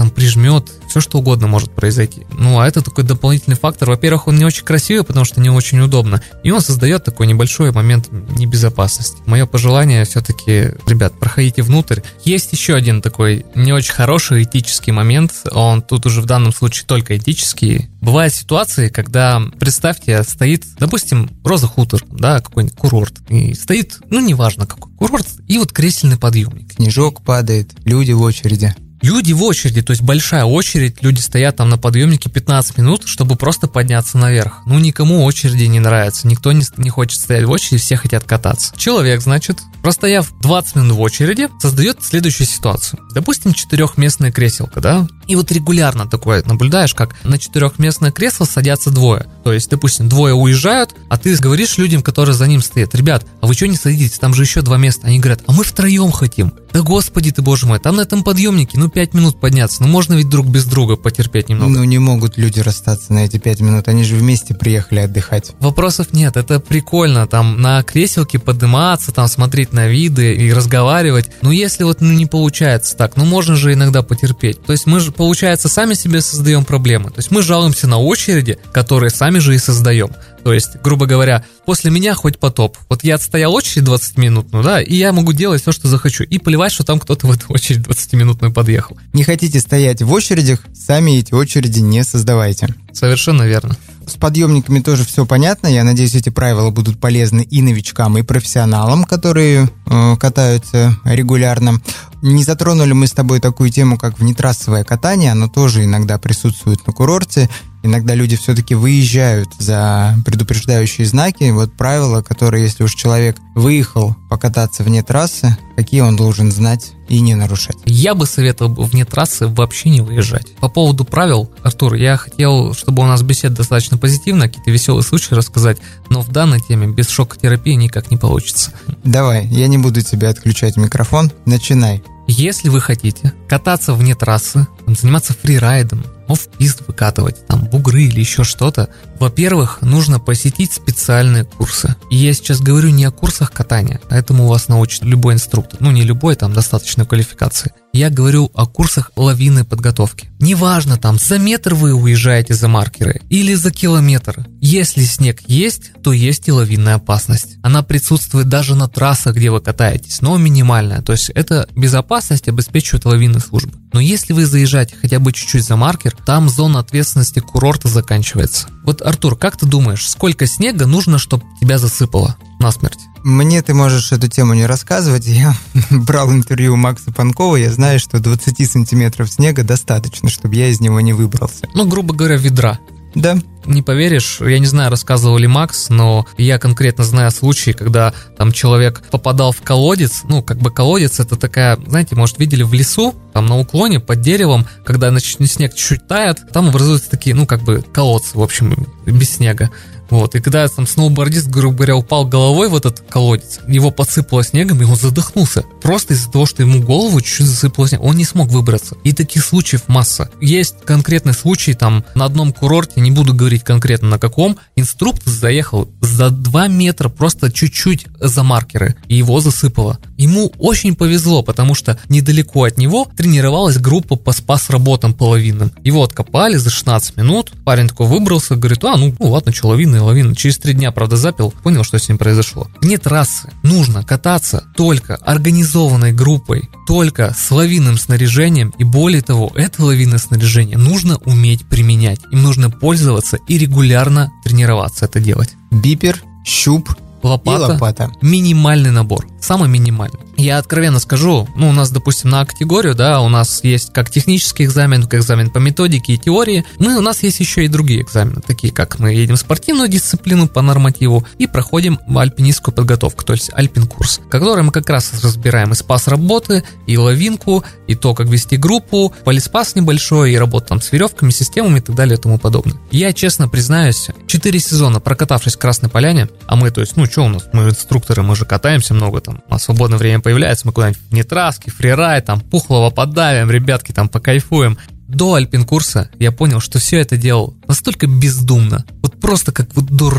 там прижмет, все что угодно может произойти. Ну, а это такой дополнительный фактор. Во-первых, он не очень красивый, потому что не очень удобно, и он создает такой небольшой момент небезопасности. Мое пожелание все-таки, ребят, проходите внутрь. Есть еще один такой не очень хороший этический момент, он тут уже в данном случае только этический. Бывают ситуации, когда, представьте, стоит, допустим, Роза Хутор, да, какой-нибудь курорт, и стоит, ну, неважно какой курорт, и вот кресельный подъемник. Снежок падает, люди в очереди. Люди в очереди, то есть большая очередь, люди стоят там на подъемнике пятнадцать минут, чтобы просто подняться наверх. Ну, никому очереди не нравится, никто не, не хочет стоять в очереди, все хотят кататься. Человек, значит, простояв двадцать минут в очереди, создает следующую ситуацию. Допустим, четырехместное креселко, да? И вот регулярно такое наблюдаешь, как на четырехместное кресло садятся двое. То есть, допустим, двое уезжают, а ты говоришь людям, которые за ним стоят: ребят, а вы что не садитесь, там же еще два места. Они говорят: а мы втроем хотим. Да господи ты, боже мой, там на этом подъемнике, ну, пять минут подняться, ну, можно ведь друг без друга потерпеть немного. Ну, не могут люди расстаться на эти пять минут, они же вместе приехали отдыхать. Вопросов нет, это прикольно, там на креселке подниматься, там смотреть на виды и разговаривать. Но если вот ну, не получается так, ну, можно же иногда потерпеть. То есть мы же, получается, сами себе создаем проблемы. То есть мы жалуемся на очереди, которые сами же и создаем. То есть, грубо говоря, после меня хоть потоп. Вот я отстоял очередь двадцать минут, ну да, и я могу делать все, что захочу. И плевать, что там кто-то в эту очередь двадцатиминутную подъехал. Не хотите стоять в очередях, сами эти очереди не создавайте. Совершенно верно. С подъемниками тоже все понятно. Я надеюсь, эти правила будут полезны и новичкам, и профессионалам, которые э, катаются регулярно. Не затронули мы с тобой такую тему, как внетрассовое катание. Оно тоже иногда присутствует на курорте. Иногда люди все-таки выезжают за предупреждающие знаки. Вот правила, которые, если уж человек выехал покататься вне трассы, какие он должен знать и не нарушать. Я бы советовал вне трассы вообще не выезжать. По поводу правил, Артур, я хотел, чтобы у нас беседа достаточно позитивная, какие-то веселые случаи рассказать, но в данной теме без шокотерапии никак не получится. Давай, я не буду тебе отключать микрофон, начинай. Если вы хотите кататься вне трассы, заниматься фрирайдом, офф-пист выкатывать, там, бугры или еще что-то, во-первых, нужно посетить специальные курсы. И я сейчас говорю не о курсах катания, а этому вас научит любой инструктор. Ну, не любой, там, достаточной квалификации. Я говорю о курсах лавинной подготовки. Неважно, там, за метр вы уезжаете за маркеры или за километр. Если снег есть, то есть и лавинная опасность. Она присутствует даже на трассах, где вы катаетесь, но минимальная. То есть это безопасность обеспечивает лавинные службы. Но если вы заезжаете хотя бы чуть-чуть за маркер, там зона ответственности курорта заканчивается. Вот, Артур, как ты думаешь, сколько снега нужно, чтобы тебя засыпало насмерть? Мне ты можешь эту тему не рассказывать. Я брал интервью у Макса Панкова, я знаю, что двадцать сантиметров снега достаточно, чтобы я из него не выбрался. Ну, грубо говоря, ведра. Да. Не поверишь, я не знаю, рассказывал ли Макс, но я конкретно знаю случаи, когда там человек попадал в колодец. Ну, как бы колодец — это такая, знаете, может, видели в лесу, там на уклоне под деревом, когда снег чуть-чуть тает, там образуются такие, ну, как бы колодцы, в общем, без снега. Вот, и когда там сноубордист, грубо говоря, упал головой в этот колодец, его подсыпало снегом, и он задохнулся. Просто из-за того, что ему голову чуть-чуть засыпало снегом, он не смог выбраться. И таких случаев масса. Есть конкретный случай, там, на одном курорте, не буду говорить конкретно на каком, инструктор заехал за два метра, просто чуть-чуть за маркеры, и его засыпало. Ему очень повезло, потому что недалеко от него тренировалась группа по спас-работам половинным. Его откопали за шестнадцать минут, парень такой выбрался, говорит: а, ну, ну ладно, что, лавина и лавина. Через три дня, правда, запил, понял, что с ним произошло. Вне трассы нужно кататься только организованной группой, только с лавинным снаряжением, и более того, это лавинное снаряжение нужно уметь применять. Им нужно пользоваться и регулярно тренироваться это делать. Бипер, щуп, Лопата, и лопата. Минимальный набор, самый минимальный. Я откровенно скажу, ну, у нас, допустим, на категорию, да, у нас есть как технический экзамен, как экзамен по методике и теории, мы, у нас есть еще и другие экзамены, такие как мы едем в спортивную дисциплину по нормативу и проходим альпинистскую подготовку, то есть альпин-курс, который мы как раз разбираем и спас работы, и лавинку, и то, как вести группу, полиспас небольшой, и работу там с веревками, системами и так далее и тому подобное. Я, честно признаюсь, четыре сезона прокатавшись в Красной Поляне, а мы, то есть, ну, что у нас, мы инструкторы, мы же катаемся много там, а свободное время появляется, мы куда-нибудь вне траски, фрирайд, там пухлого подавим, ребятки там покайфуем. До альпин-курса я понял, что все это делал настолько бездумно, вот просто как вот дурак.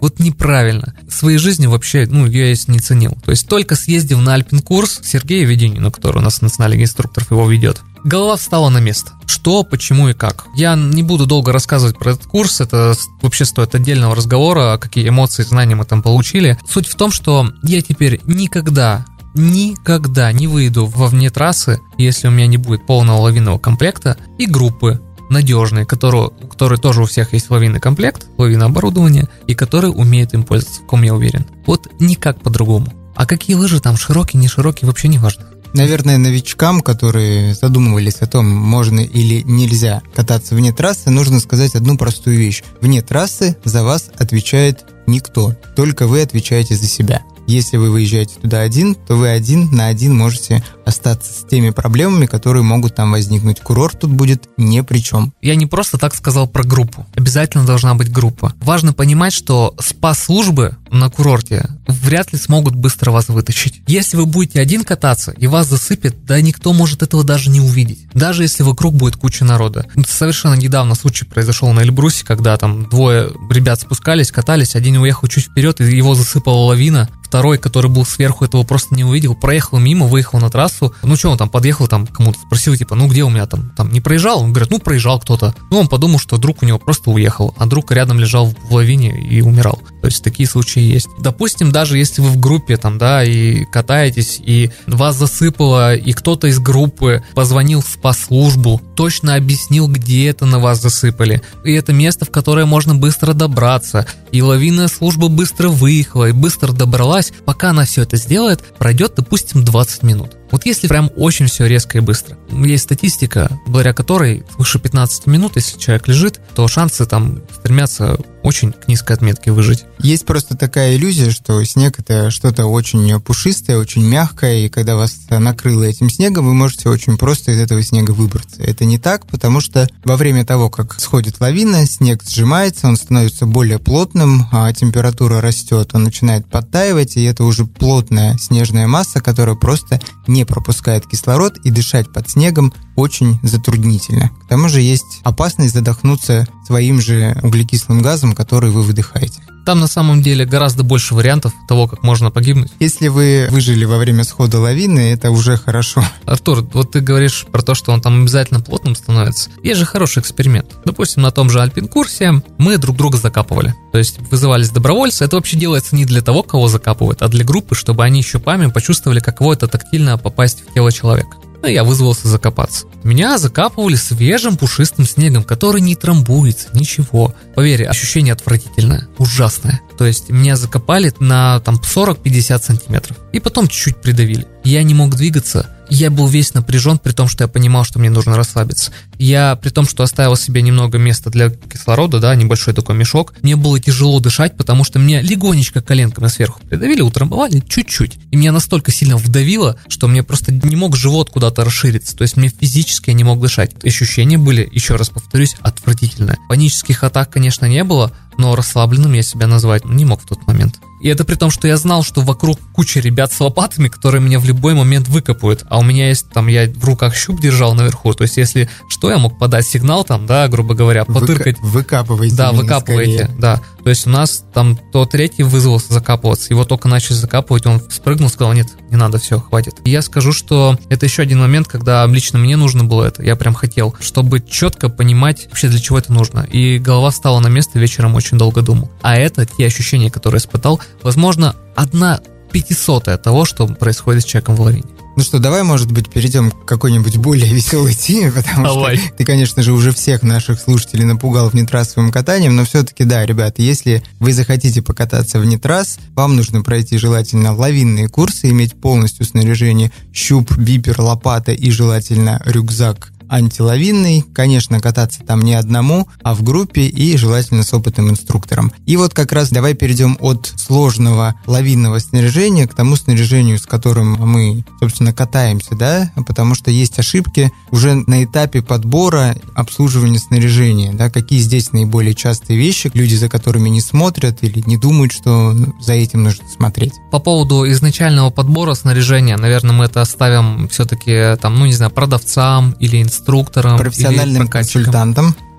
Вот неправильно. В своей жизни вообще, ну, я если не ценил. То есть только съездив на альпин-курс, Сергея Веденину, который у нас на Национальной лиге инструкторов его ведет, голова встала на место. Что, почему и как. Я не буду долго рассказывать про этот курс, это вообще стоит отдельного разговора, какие эмоции, знания мы там получили. Суть в том, что я теперь никогда, никогда не выйду вовне трассы, если у меня не будет полного лавинного комплекта и группы надежные, которые, которые тоже у всех есть лавинный комплект, лавинное оборудование, и которые умеют им пользоваться, в ком я уверен. Вот никак по-другому. А какие лыжи там, широкие, не широкие, вообще не важно. Наверное, новичкам, которые задумывались о том, можно или нельзя кататься вне трассы, нужно сказать одну простую вещь. Вне трассы за вас отвечает никто, только вы отвечаете за себя. Если вы выезжаете туда один, то вы один на один можете остаться с теми проблемами, которые могут там возникнуть. Курорт тут будет ни при чем. Я не просто так сказал про группу. Обязательно должна быть группа. Важно понимать, что спас-службы на курорте вряд ли смогут быстро вас вытащить. Если вы будете один кататься и вас засыпет, да никто может этого даже не увидеть. Даже если вокруг будет куча народа. Совершенно недавно случай произошел на Эльбрусе, когда там двое ребят спускались, катались, один уехал чуть вперед, и его засыпала лавина. Второй, который был сверху, этого просто не увидел, проехал мимо, выехал на трассу. Ну что, он там подъехал, там кому-то спросил, типа, ну где у меня там, там не проезжал? Он говорит, ну проезжал кто-то. Ну он подумал, что друг у него просто уехал, а друг рядом лежал в лавине и умирал. То есть такие случаи есть. Допустим, даже если вы в группе там, да, и катаетесь, и вас засыпало, и кто-то из группы позвонил в спас-службу, точно объяснил, где это на вас засыпали. И это место, в которое можно быстро добраться. И лавинная служба быстро выехала и быстро добралась. Пока она все это сделает, пройдет, допустим, двадцать минут. Вот если прям очень все резко и быстро. Есть статистика, благодаря которой свыше пятнадцать минут, если человек лежит, то шансы там стремятся очень к низкой отметке выжить. Есть просто такая иллюзия, что снег — это что-то очень пушистое, очень мягкое, и когда вас накрыло этим снегом, вы можете очень просто из этого снега выбраться. Это не так, потому что во время того, как сходит лавина, снег сжимается, он становится более плотным, а температура растет, он начинает подтаивать, и это уже плотная снежная масса, которая просто не пропускает кислород, и дышать под снегом очень затруднительно. К тому же есть опасность задохнуться своим же углекислым газом, который вы выдыхаете. Там на самом деле гораздо больше вариантов того, как можно погибнуть. Если вы выжили во время схода лавины, это уже хорошо. Артур, вот ты говоришь про то, что он там обязательно плотным становится. Есть же хороший эксперимент. Допустим, на том же альпин-курсе мы друг друга закапывали. То есть вызывались добровольцы. Это вообще делается не для того, кого закапывают, а для группы, чтобы они щупами почувствовали, каково это тактильно попасть в тело человека. Ну, я вызвался закопаться. Меня закапывали свежим пушистым снегом, который не трамбуется, ничего. Поверь, ощущение отвратительное, ужасное. То есть меня закопали на там сорок-пятьдесят сантиметров. И потом чуть-чуть придавили. Я не мог двигаться. Я был весь напряжен, при том, что я понимал, что мне нужно расслабиться. Я, при том, что оставил себе немного места для кислорода, да, небольшой такой мешок, мне было тяжело дышать, потому что меня легонечко коленками сверху придавили, утрамбовали чуть-чуть. И меня настолько сильно вдавило, что мне просто не мог живот куда-то расшириться. То есть мне физически я не мог дышать. Ощущения были, еще раз повторюсь, отвратительные. Панических атак, конечно, не было, но расслабленным я себя назвать не мог в тот момент. И это при том, что я знал, что вокруг куча ребят с лопатами, которые меня в любой момент выкопают. А у меня есть там, я в руках щуп держал наверху. То есть, если что, я мог подать сигнал там, да, грубо говоря, потыркать. Выка- выкапывайте. Да, выкапывайте, скорее. Да. То есть у нас там то третий вызвался закапываться, его только начали закапывать, он спрыгнул, сказал, нет, не надо, все, хватит. И я скажу, что это еще один момент, когда лично мне нужно было это, я прям хотел, чтобы четко понимать вообще, для чего это нужно. И голова стала на место, вечером очень долго думал. А это те ощущения, которые я испытал, возможно, одна пятисотая того, что происходит с человеком в лавине. Ну что, давай, может быть, перейдем к какой-нибудь более веселой теме, потому давай. Что ты, конечно же, уже всех наших слушателей напугал внетрассовым катанием, но все-таки, да, ребята, если вы захотите покататься вне трасс, вам нужно пройти желательно лавинные курсы, иметь полностью снаряжение щуп, бипер, лопата и желательно рюкзак антилавинный. Конечно, кататься там не одному, а в группе и желательно с опытным инструктором. И вот как раз давай перейдем от сложного лавинного снаряжения к тому снаряжению, с которым мы, собственно, катаемся, да, потому что есть ошибки уже на этапе подбора обслуживания снаряжения, да, какие здесь наиболее частые вещи, люди, за которыми не смотрят или не думают, что за этим нужно смотреть. По поводу изначального подбора снаряжения, наверное, мы это оставим все-таки там, ну, не знаю, продавцам или инструкторам, профессиональным консультантам.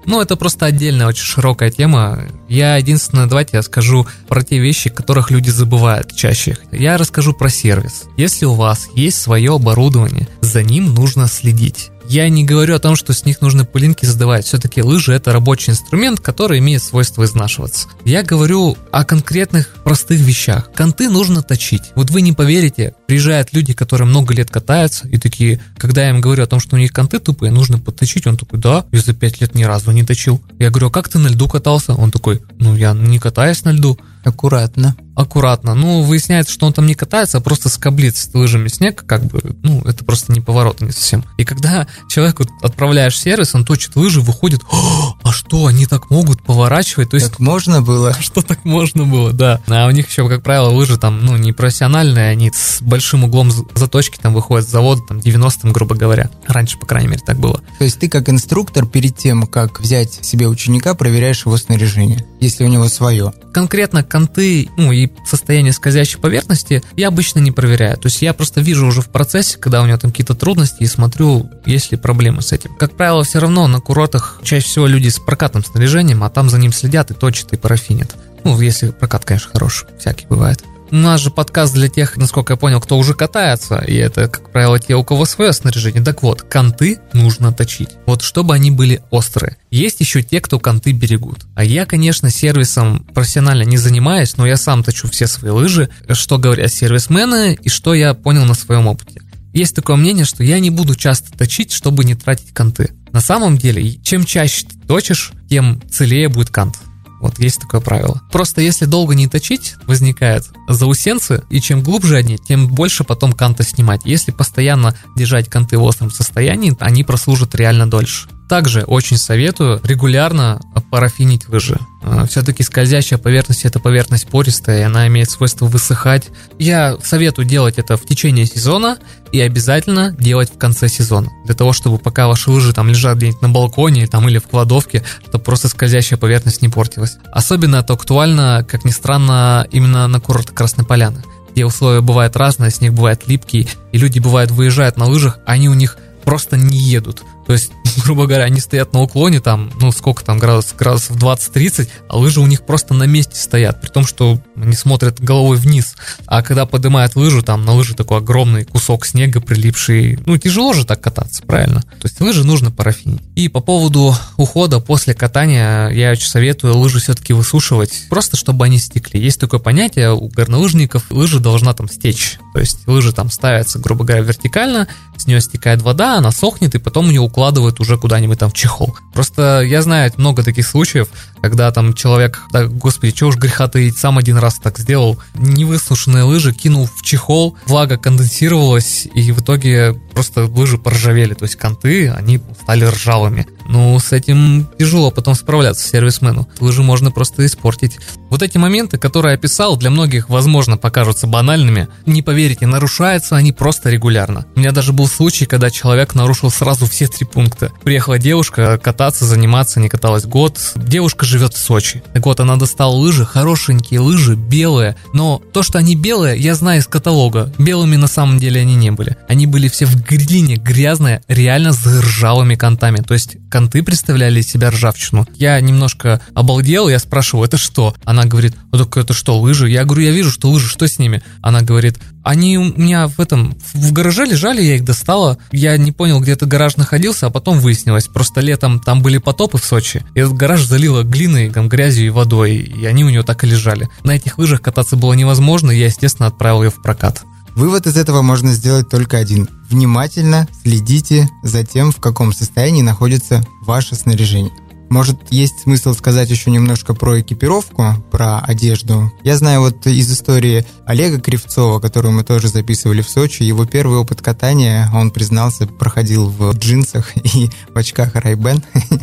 Ну, это просто отдельная, очень широкая тема. Я единственное, давайте я скажу про те вещи, которых люди забывают чаще. Я расскажу про сервис. Если у вас есть свое оборудование, за ним нужно следить. Я не говорю о том, что с них нужно пылинки сдавать. Все-таки лыжи — это рабочий инструмент, который имеет свойство изнашиваться. Я говорю о конкретных простых вещах. Конты нужно точить. Вот вы не поверите, приезжают люди, которые много лет катаются, и такие, когда я им говорю о том, что у них конты тупые, нужно подточить, он такой: да, я за пять лет ни разу не точил. Я говорю: а как ты на льду катался? Он такой: ну, я не катаюсь на льду. Аккуратно. Аккуратно. Ну, выясняется, что он там не катается, а просто скоблит с лыжами снег, как бы, ну, это просто не поворот, не совсем. И когда человеку отправляешь в сервис, он точит лыжи, выходит: а что, они так могут поворачивать? То есть, так можно было? Что так можно было, да. А у них еще, как правило, лыжи там, ну, не профессиональные, они с большим углом заточки там выходят с завода, там, девяностым, грубо говоря. Раньше, по крайней мере, так было. То есть ты как инструктор перед тем, как взять себе ученика, проверяешь его снаряжение, если у него свое? Конкретно конты, ну, и состояние скользящей поверхности я обычно не проверяю. То есть я просто вижу уже в процессе, когда у него там какие-то трудности, и смотрю, есть ли проблемы с этим. Как правило, все равно на курортах чаще всего люди с прокатным снаряжением, а там за ним следят и точат, и парафинят. Ну, если прокат, конечно, хороший, всякий бывает. У нас же подкаст для тех, насколько я понял, кто уже катается, и это, как правило, те, у кого свое снаряжение. Так вот, конты нужно точить, вот чтобы они были острые. Есть еще те, кто конты берегут. А я, конечно, сервисом профессионально не занимаюсь, но я сам точу все свои лыжи, что говорят сервисмены и что я понял на своем опыте. Есть такое мнение, что я не буду часто точить, чтобы не тратить конты. На самом деле, чем чаще ты точишь, тем целее будет кант. Вот есть такое правило. Просто если долго не точить, возникают заусенцы, и чем глубже они, тем больше потом канта снимать. Если постоянно держать канты в остром состоянии, они прослужат реально дольше. Также очень советую регулярно парафинить лыжи. Все-таки скользящая поверхность — это поверхность пористая, и она имеет свойство высыхать. Я советую делать это в течение сезона и обязательно делать в конце сезона. Для того, чтобы пока ваши лыжи там лежат где-нибудь на балконе там, или в кладовке, чтобы просто скользящая поверхность не портилась. Особенно это актуально, как ни странно, именно на курорт Красной Поляны, где условия бывают разные, снег бывает липкий, и люди бывают выезжают на лыжах, а они у них просто не едут. То есть, грубо говоря, они стоят на уклоне, там, ну, сколько там, градусов, градусов двадцать-тридцать, а лыжи у них просто на месте стоят, при том, что они смотрят головой вниз. А когда поднимают лыжу, там на лыже такой огромный кусок снега прилипший, ну, тяжело же так кататься, правильно? То есть лыжи нужно парафинить. И по поводу ухода после катания, я очень советую лыжи все-таки высушивать, просто чтобы они стекли. Есть такое понятие у горнолыжников: лыжа должна там стечь. То есть лыжа там ставится, грубо говоря, вертикально, с нее стекает вода, она сохнет, и потом ее укладывают уже куда-нибудь там в чехол. Просто я знаю много таких случаев, когда там человек, да, господи, чего уж греха таить, сам один раз так сделал, невысушенные лыжи кинул в чехол, влага конденсировалась, и в итоге просто лыжи поржавели, то есть конты, они стали ржавыми. Ну, с этим тяжело потом справляться сервисмену. Лыжи можно просто испортить. Вот эти моменты, которые я описал, для многих, возможно, покажутся банальными. Не поверите, нарушаются они просто регулярно. У меня даже был случай, когда человек нарушил сразу все три пункта. Приехала девушка кататься, заниматься, не каталась год. Девушка живет в Сочи. Так вот, она достала лыжи, хорошенькие лыжи, белые. Но то, что они белые, я знаю из каталога. Белыми на самом деле они не были. Они были все в глине, грязные, реально с ржавыми контами. То есть конты представляли из себя ржавчину. Я немножко обалдел, я спрашиваю: это что? Она говорит: ну так это что, лыжи? Я говорю: я вижу, что лыжи, что с ними? Она говорит: они у меня в этом, в гараже лежали, я их достала. Я не понял, где этот гараж находился, а потом выяснилось, просто летом там были потопы в Сочи, и этот гараж залило глиной, там, грязью и водой, и они у него так и лежали. На этих лыжах кататься было невозможно, и я, естественно, отправил ее в прокат. Вывод из этого можно сделать только один. Внимательно следите за тем, в каком состоянии находится ваше снаряжение. Может, есть смысл сказать еще немножко про экипировку, про одежду. Я знаю вот из истории Олега Кривцова, которую мы тоже записывали в Сочи, его первый опыт катания, он признался, проходил в джинсах и в очках Ray-Ban.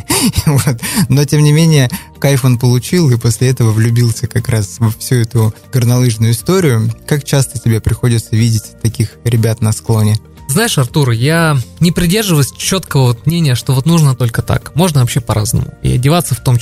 Вот. Но, тем не менее, кайф он получил, и после этого влюбился как раз во всю эту горнолыжную историю. Как часто тебе приходится видеть таких ребят на склоне? Знаешь, Артур, я не придерживаюсь четкого вот мнения, что вот нужно только так. Можно вообще по-разному. И одеваться в том числе.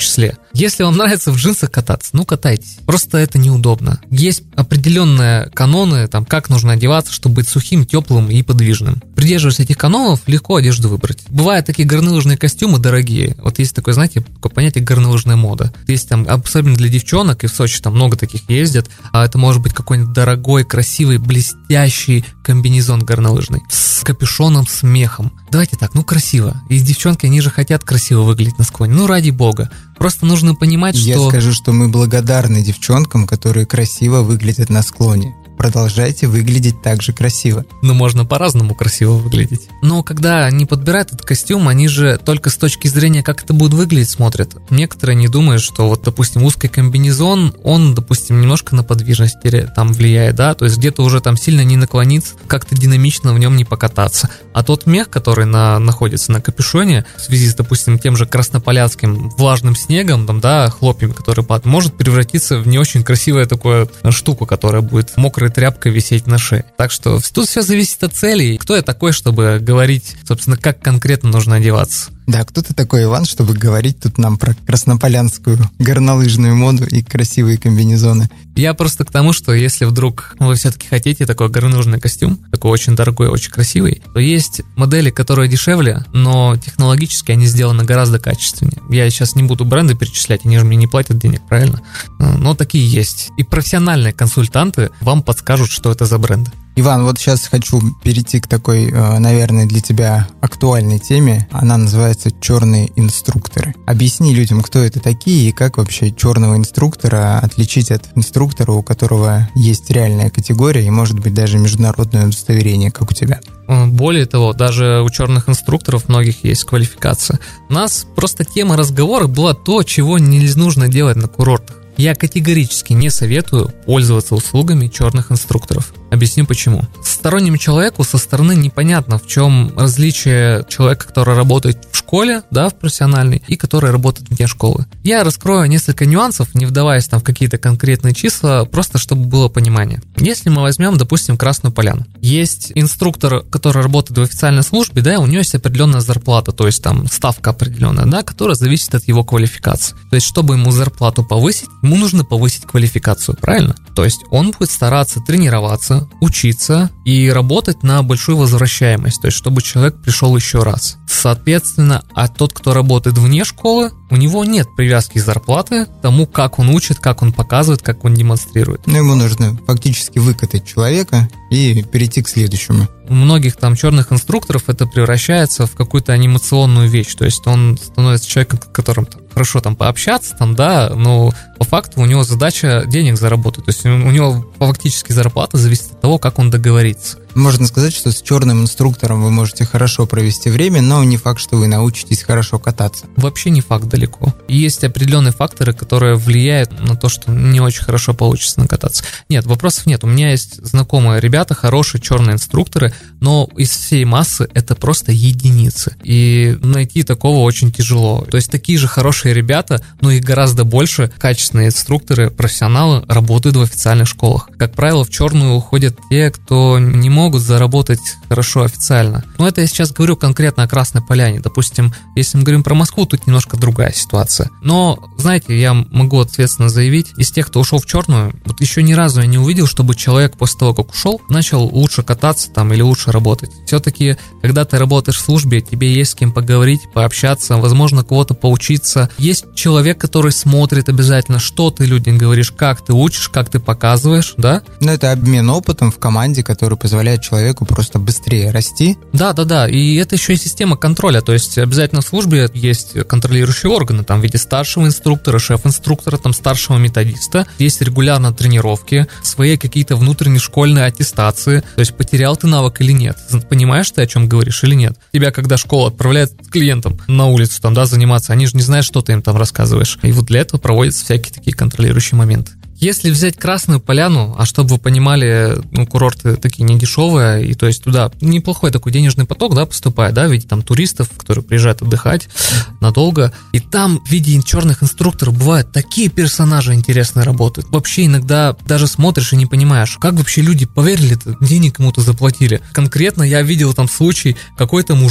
Если вам нравится в джинсах кататься, ну катайтесь. Просто это неудобно. Есть определенные каноны, там, как нужно одеваться, чтобы быть сухим, теплым и подвижным. Придерживаясь этих канонов, легко одежду выбрать. Бывают такие горнолыжные костюмы дорогие. Вот есть такое, знаете, такое понятие горнолыжная мода. Есть там, особенно для девчонок, и в Сочи там много таких ездят, а это может быть какой-нибудь дорогой, красивый, блестящий комбинезон горнолыжный с капюшоном, с мехом. Давайте так, ну красиво. И девчонки, они же хотят красиво выглядеть на склоне. Ну ради бога. Просто нужно понимать, Я что... Я скажу, что мы благодарны девчонкам, которые красиво выглядят на склоне. Продолжайте выглядеть так же красиво. Ну, можно по-разному красиво выглядеть. Но когда они подбирают этот костюм, они же только с точки зрения, как это будет выглядеть, смотрят. Некоторые не думают, что вот, допустим, узкий комбинезон, он, допустим, немножко на подвижность там влияет, да, то есть где-то уже там сильно не наклониться, как-то динамично в нем не покататься. А тот мех, который на, находится на капюшоне, в связи с, допустим, тем же краснополянским влажным снегом, там, да, хлопьями, которые падают, может превратиться в не очень красивую такую штуку, которая будет мокрой тряпкой висеть на шее. Так что тут все зависит от целей. Кто я такой, чтобы говорить, собственно, как конкретно нужно одеваться? Да, кто ты такой, Иван, чтобы говорить тут нам про краснополянскую горнолыжную моду и красивые комбинезоны? Я просто к тому, что если вдруг вы все-таки хотите такой горнолыжный костюм, такой очень дорогой, очень красивый, то есть модели, которые дешевле, но технологически они сделаны гораздо качественнее. Я сейчас не буду бренды перечислять, они же мне не платят денег, правильно? Но такие есть. И профессиональные консультанты вам подскажут, что это за бренды. Иван, вот сейчас хочу перейти к такой, наверное, для тебя актуальной теме. Она называется «Черные инструкторы». Объясни людям, кто это такие и как вообще черного инструктора отличить от инструктора, у которого есть реальная категория и, может быть, даже международное удостоверение, как у тебя. Более того, даже у черных инструкторов многих есть квалификация. У нас просто тема разговора была то, чего не нужно делать на курортах. Я категорически не советую пользоваться услугами черных инструкторов. Объясню почему. Стороннему человеку со стороны непонятно, в чем различие человека, который работает в школе, да, в профессиональной, и который работает вне школы. Я раскрою несколько нюансов, не вдаваясь там в какие-то конкретные числа, просто чтобы было понимание. Если мы возьмем, допустим, Красную Поляну. Есть инструктор, который работает в официальной службе, да, у него есть определенная зарплата, то есть там ставка определенная, да, которая зависит от его квалификации. То есть, чтобы ему зарплату повысить, ему нужно повысить квалификацию, правильно? То есть он будет стараться тренироваться, учиться и работать на большую возвращаемость, то есть чтобы человек пришел еще раз. Соответственно, а тот, кто работает вне школы, у него нет привязки зарплаты к тому, как он учит, как он показывает, как он демонстрирует. Ну, ему нужно фактически выкатать человека и перейти к следующему. У многих там черных инструкторов это превращается в какую-то анимационную вещь, то есть он становится человеком, с которым там хорошо там пообщаться, там, да, но по факту у него задача денег заработать, то есть у него фактически зарплата зависит от того, как он договорится. Можно сказать, что с черным инструктором вы можете хорошо провести время, но не факт, что вы научитесь хорошо кататься. Вообще не факт далеко. Есть определенные факторы, которые влияют на то, что не очень хорошо получится накататься. Нет, вопросов нет. У меня есть знакомые ребята, хорошие черные инструкторы, но из всей массы это просто единицы. И найти такого очень тяжело. То есть такие же хорошие ребята, но их гораздо больше, качественные инструкторы, профессионалы работают в официальных школах. Как правило, в черную уходят те, кто не может могут заработать хорошо официально. Но это я сейчас говорю конкретно о Красной Поляне. Допустим, если мы говорим про Москву, тут немножко другая ситуация. Но, знаете, я могу ответственно заявить, из тех, кто ушел в черную, вот еще ни разу я не увидел, чтобы человек после того, как ушел, начал лучше кататься там или лучше работать. Все-таки, когда ты работаешь в службе, тебе есть с кем поговорить, пообщаться, возможно, кого-то поучиться. Есть человек, который смотрит обязательно, что ты людям говоришь, как ты учишь, как ты показываешь, да? Но это обмен опытом в команде, который позволяет человеку просто быстрее расти. Да, да, да. И это еще и система контроля. То есть обязательно в службе есть контролирующие органы, там в виде старшего инструктора, шеф-инструктора, там старшего методиста. Есть регулярно тренировки, свои какие-то внутренние школьные аттестации. То есть потерял ты навык или нет. Понимаешь ты, о чем говоришь или нет? Тебя, когда школа отправляет клиентам на улицу там, да, заниматься, они же не знают, что ты им там рассказываешь. И вот для этого проводятся всякие такие контролирующие моменты. Если взять Красную Поляну, а чтобы вы понимали, ну, курорты такие недешевые, и то есть туда неплохой такой денежный поток, да, поступает, да, в виде там туристов, которые приезжают отдыхать надолго, и там в виде черных инструкторов бывают такие персонажи интересные работают. Вообще иногда даже смотришь и не понимаешь, как вообще люди поверили-то, денег кому-то заплатили. Конкретно я видел там случай, какой-то мужик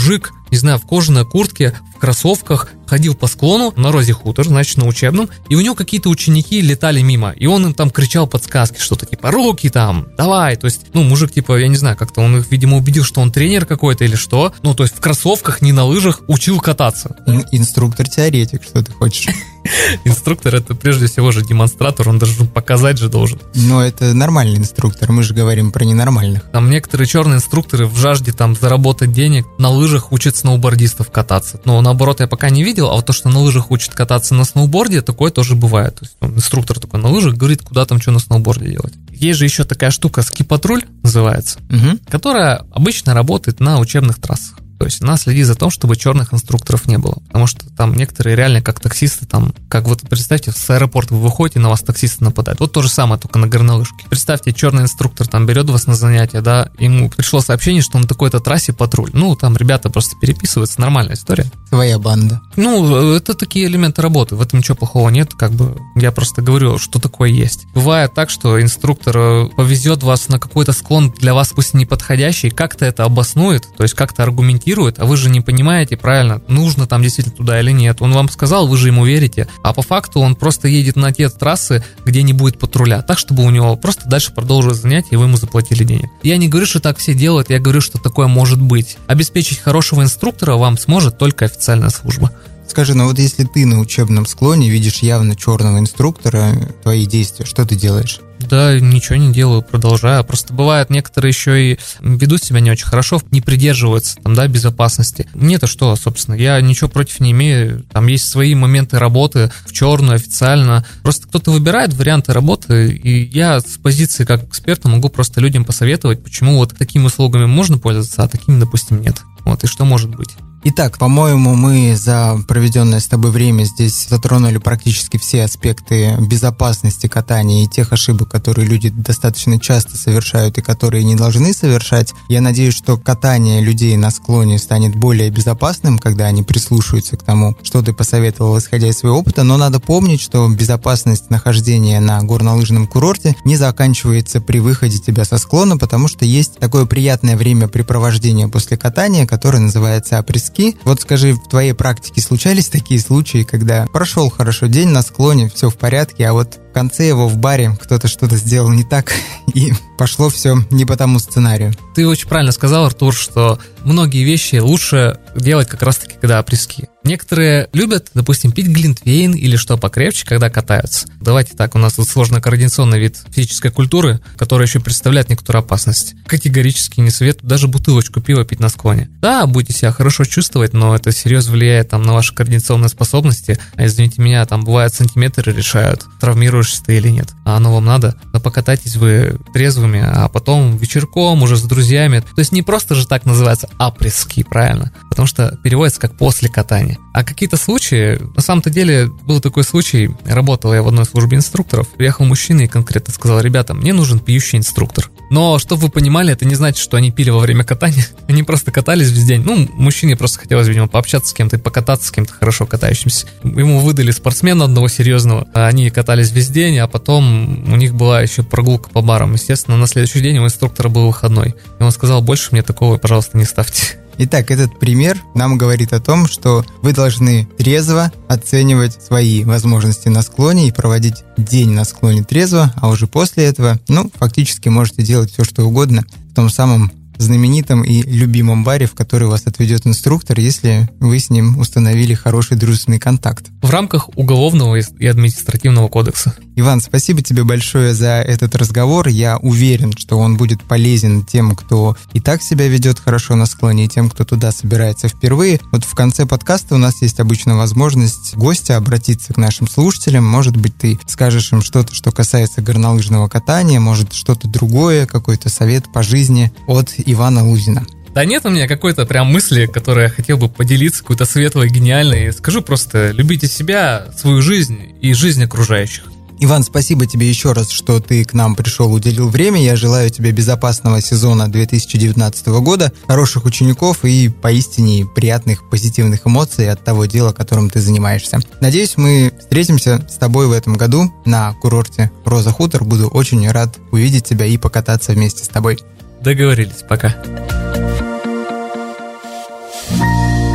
не знаю, в кожаной куртке, в кроссовках, ходил по склону на Розе Хутор, значит, на учебном, и у него какие-то ученики летали мимо, и он им там кричал подсказки, что-то типа «руки там, давай», то есть, ну, мужик, типа, я не знаю, как-то он их, видимо, убедил, что он тренер какой-то или что, ну, то есть в кроссовках, не на лыжах, учил кататься. Инструктор-теоретик, что ты хочешь? Инструктор — это прежде всего же демонстратор, он даже показать же должен. Но это нормальный инструктор, мы же говорим про ненормальных. Там некоторые черные инструкторы в жажде там заработать денег на лыжах учат сноубордистов кататься. Но наоборот я пока не видел, а вот то, что на лыжах учат кататься на сноуборде, такое тоже бывает. То есть ну, инструктор такой на лыжах говорит, куда там что на сноуборде делать. Есть же еще такая штука, ски-патруль называется, угу. которая обычно работает на учебных трассах. То есть она следит за тем, чтобы черных инструкторов не было. Потому что там некоторые реально как таксисты, там, как вот представьте, с аэропорта вы выходите, на вас таксисты нападают. Вот то же самое, только на горнолыжке. Представьте, черный инструктор там берет вас на занятия, да, ему пришло сообщение, что на такой-то трассе патруль. Ну, там ребята просто переписываются, нормальная история. Своя банда. Ну, это такие элементы работы, в этом ничего плохого нет, как бы я просто говорю, что такое есть. Бывает так, что инструктор повезет вас на какой-то склон для вас пусть неподходящий, как-то это обоснует, то есть как-то аргументирует, а вы же не понимаете правильно, нужно там действительно туда или нет. Он вам сказал, вы же ему верите, а по факту он просто едет на те трассы, где не будет патруля, так, чтобы у него просто дальше продолжилось занятие, и вы ему заплатили денег. Я не говорю, что так все делают, я говорю, что такое может быть. Обеспечить хорошего инструктора вам сможет только официальная служба. Скажи, ну вот если ты на учебном склоне видишь явно черного инструктора, твои действия, что ты делаешь? Да, ничего не делаю, продолжаю. Просто бывает, некоторые еще и ведут себя не очень хорошо, не придерживаются там, да, безопасности. Мне-то что, собственно, я ничего против не имею. Там есть свои моменты работы в черную, официально. Просто кто-то выбирает варианты работы, и я с позиции как эксперта могу просто людям посоветовать, почему вот такими услугами можно пользоваться, а такими, допустим, нет. Вот, и что может быть. Итак, по-моему, мы за проведенное с тобой время здесь затронули практически все аспекты безопасности катания и тех ошибок, которые люди достаточно часто совершают и которые не должны совершать. Я надеюсь, что катание людей на склоне станет более безопасным, когда они прислушаются к тому, что ты посоветовал, исходя из своего опыта, но надо помнить, что безопасность нахождения на горнолыжном курорте не заканчивается при выходе тебя со склона, потому что есть такое приятное времяпрепровождение после катания, которое называется апрес-ски. Вот скажи, в твоей практике случались такие случаи, когда прошел хорошо день на склоне, все в порядке, а вот в конце его в баре кто-то что-то сделал не так, и пошло все не по тому сценарию? Ты очень правильно сказал, Артур, что многие вещи лучше делать как раз-таки, когда апрес-ски. Некоторые любят, допустим, пить глинтвейн или что покрепче, когда катаются. Давайте так, у нас тут сложно-координационный вид физической культуры, который еще представляет некоторую опасность. Категорически не советую даже бутылочку пива пить на склоне. Да, будете себя хорошо чувствовать, но это серьезно влияет там на ваши координационные способности. А извините меня, там бывают сантиметры решают, травмируешься ты или нет. А оно вам надо? Но покатайтесь вы трезвыми, а потом вечерком уже с друзьями. То есть не просто же так называется апрес-ски, правильно? Потому что переводится как после катания. А какие-то случаи, на самом-то деле был такой случай, работал я в одной службе инструкторов, приехал мужчина и конкретно сказал: ребята, мне нужен пьющий инструктор. Но, чтобы вы понимали, это не значит, что они пили во время катания, они просто катались весь день. Ну, мужчине просто хотелось, видимо, пообщаться с кем-то и покататься с кем-то хорошо катающимся. Ему выдали спортсмена одного серьезного, они катались весь день, а потом у них была еще прогулка по барам. Естественно, на следующий день у инструктора был выходной. И он сказал: больше мне такого, пожалуйста, не ставьте. Итак, этот пример нам говорит о том, что вы должны трезво оценивать свои возможности на склоне и проводить день на склоне трезво, а уже после этого, ну, фактически можете делать все, что угодно в том самом знаменитом и любимом баре, в который вас отведет инструктор, если вы с ним установили хороший дружественный контакт. В рамках Уголовного и административного кодекса. Иван, спасибо тебе большое за этот разговор. Я уверен, что он будет полезен тем, кто и так себя ведет хорошо на склоне, и тем, кто туда собирается впервые. Вот в конце подкаста у нас есть обычно возможность гостя обратиться к нашим слушателям. Может быть, ты скажешь им что-то, что касается горнолыжного катания, может, что-то другое, какой-то совет по жизни от Ивана Лузина. Да нет у меня какой-то прям мысли, которой я хотел бы поделиться, какой-то светлой, гениальной. Скажу просто: любите себя, свою жизнь и жизнь окружающих. Иван, спасибо тебе еще раз, что ты к нам пришел, уделил время. Я желаю тебе безопасного сезона две тысячи девятнадцатого года, хороших учеников и поистине приятных, позитивных эмоций от того дела, которым ты занимаешься. Надеюсь, мы встретимся с тобой в этом году на курорте Роза Хутор. Буду очень рад увидеть тебя и покататься вместе с тобой. Договорились, пока.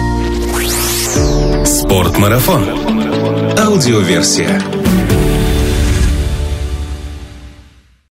Спортмарафон. Аудиоверсия.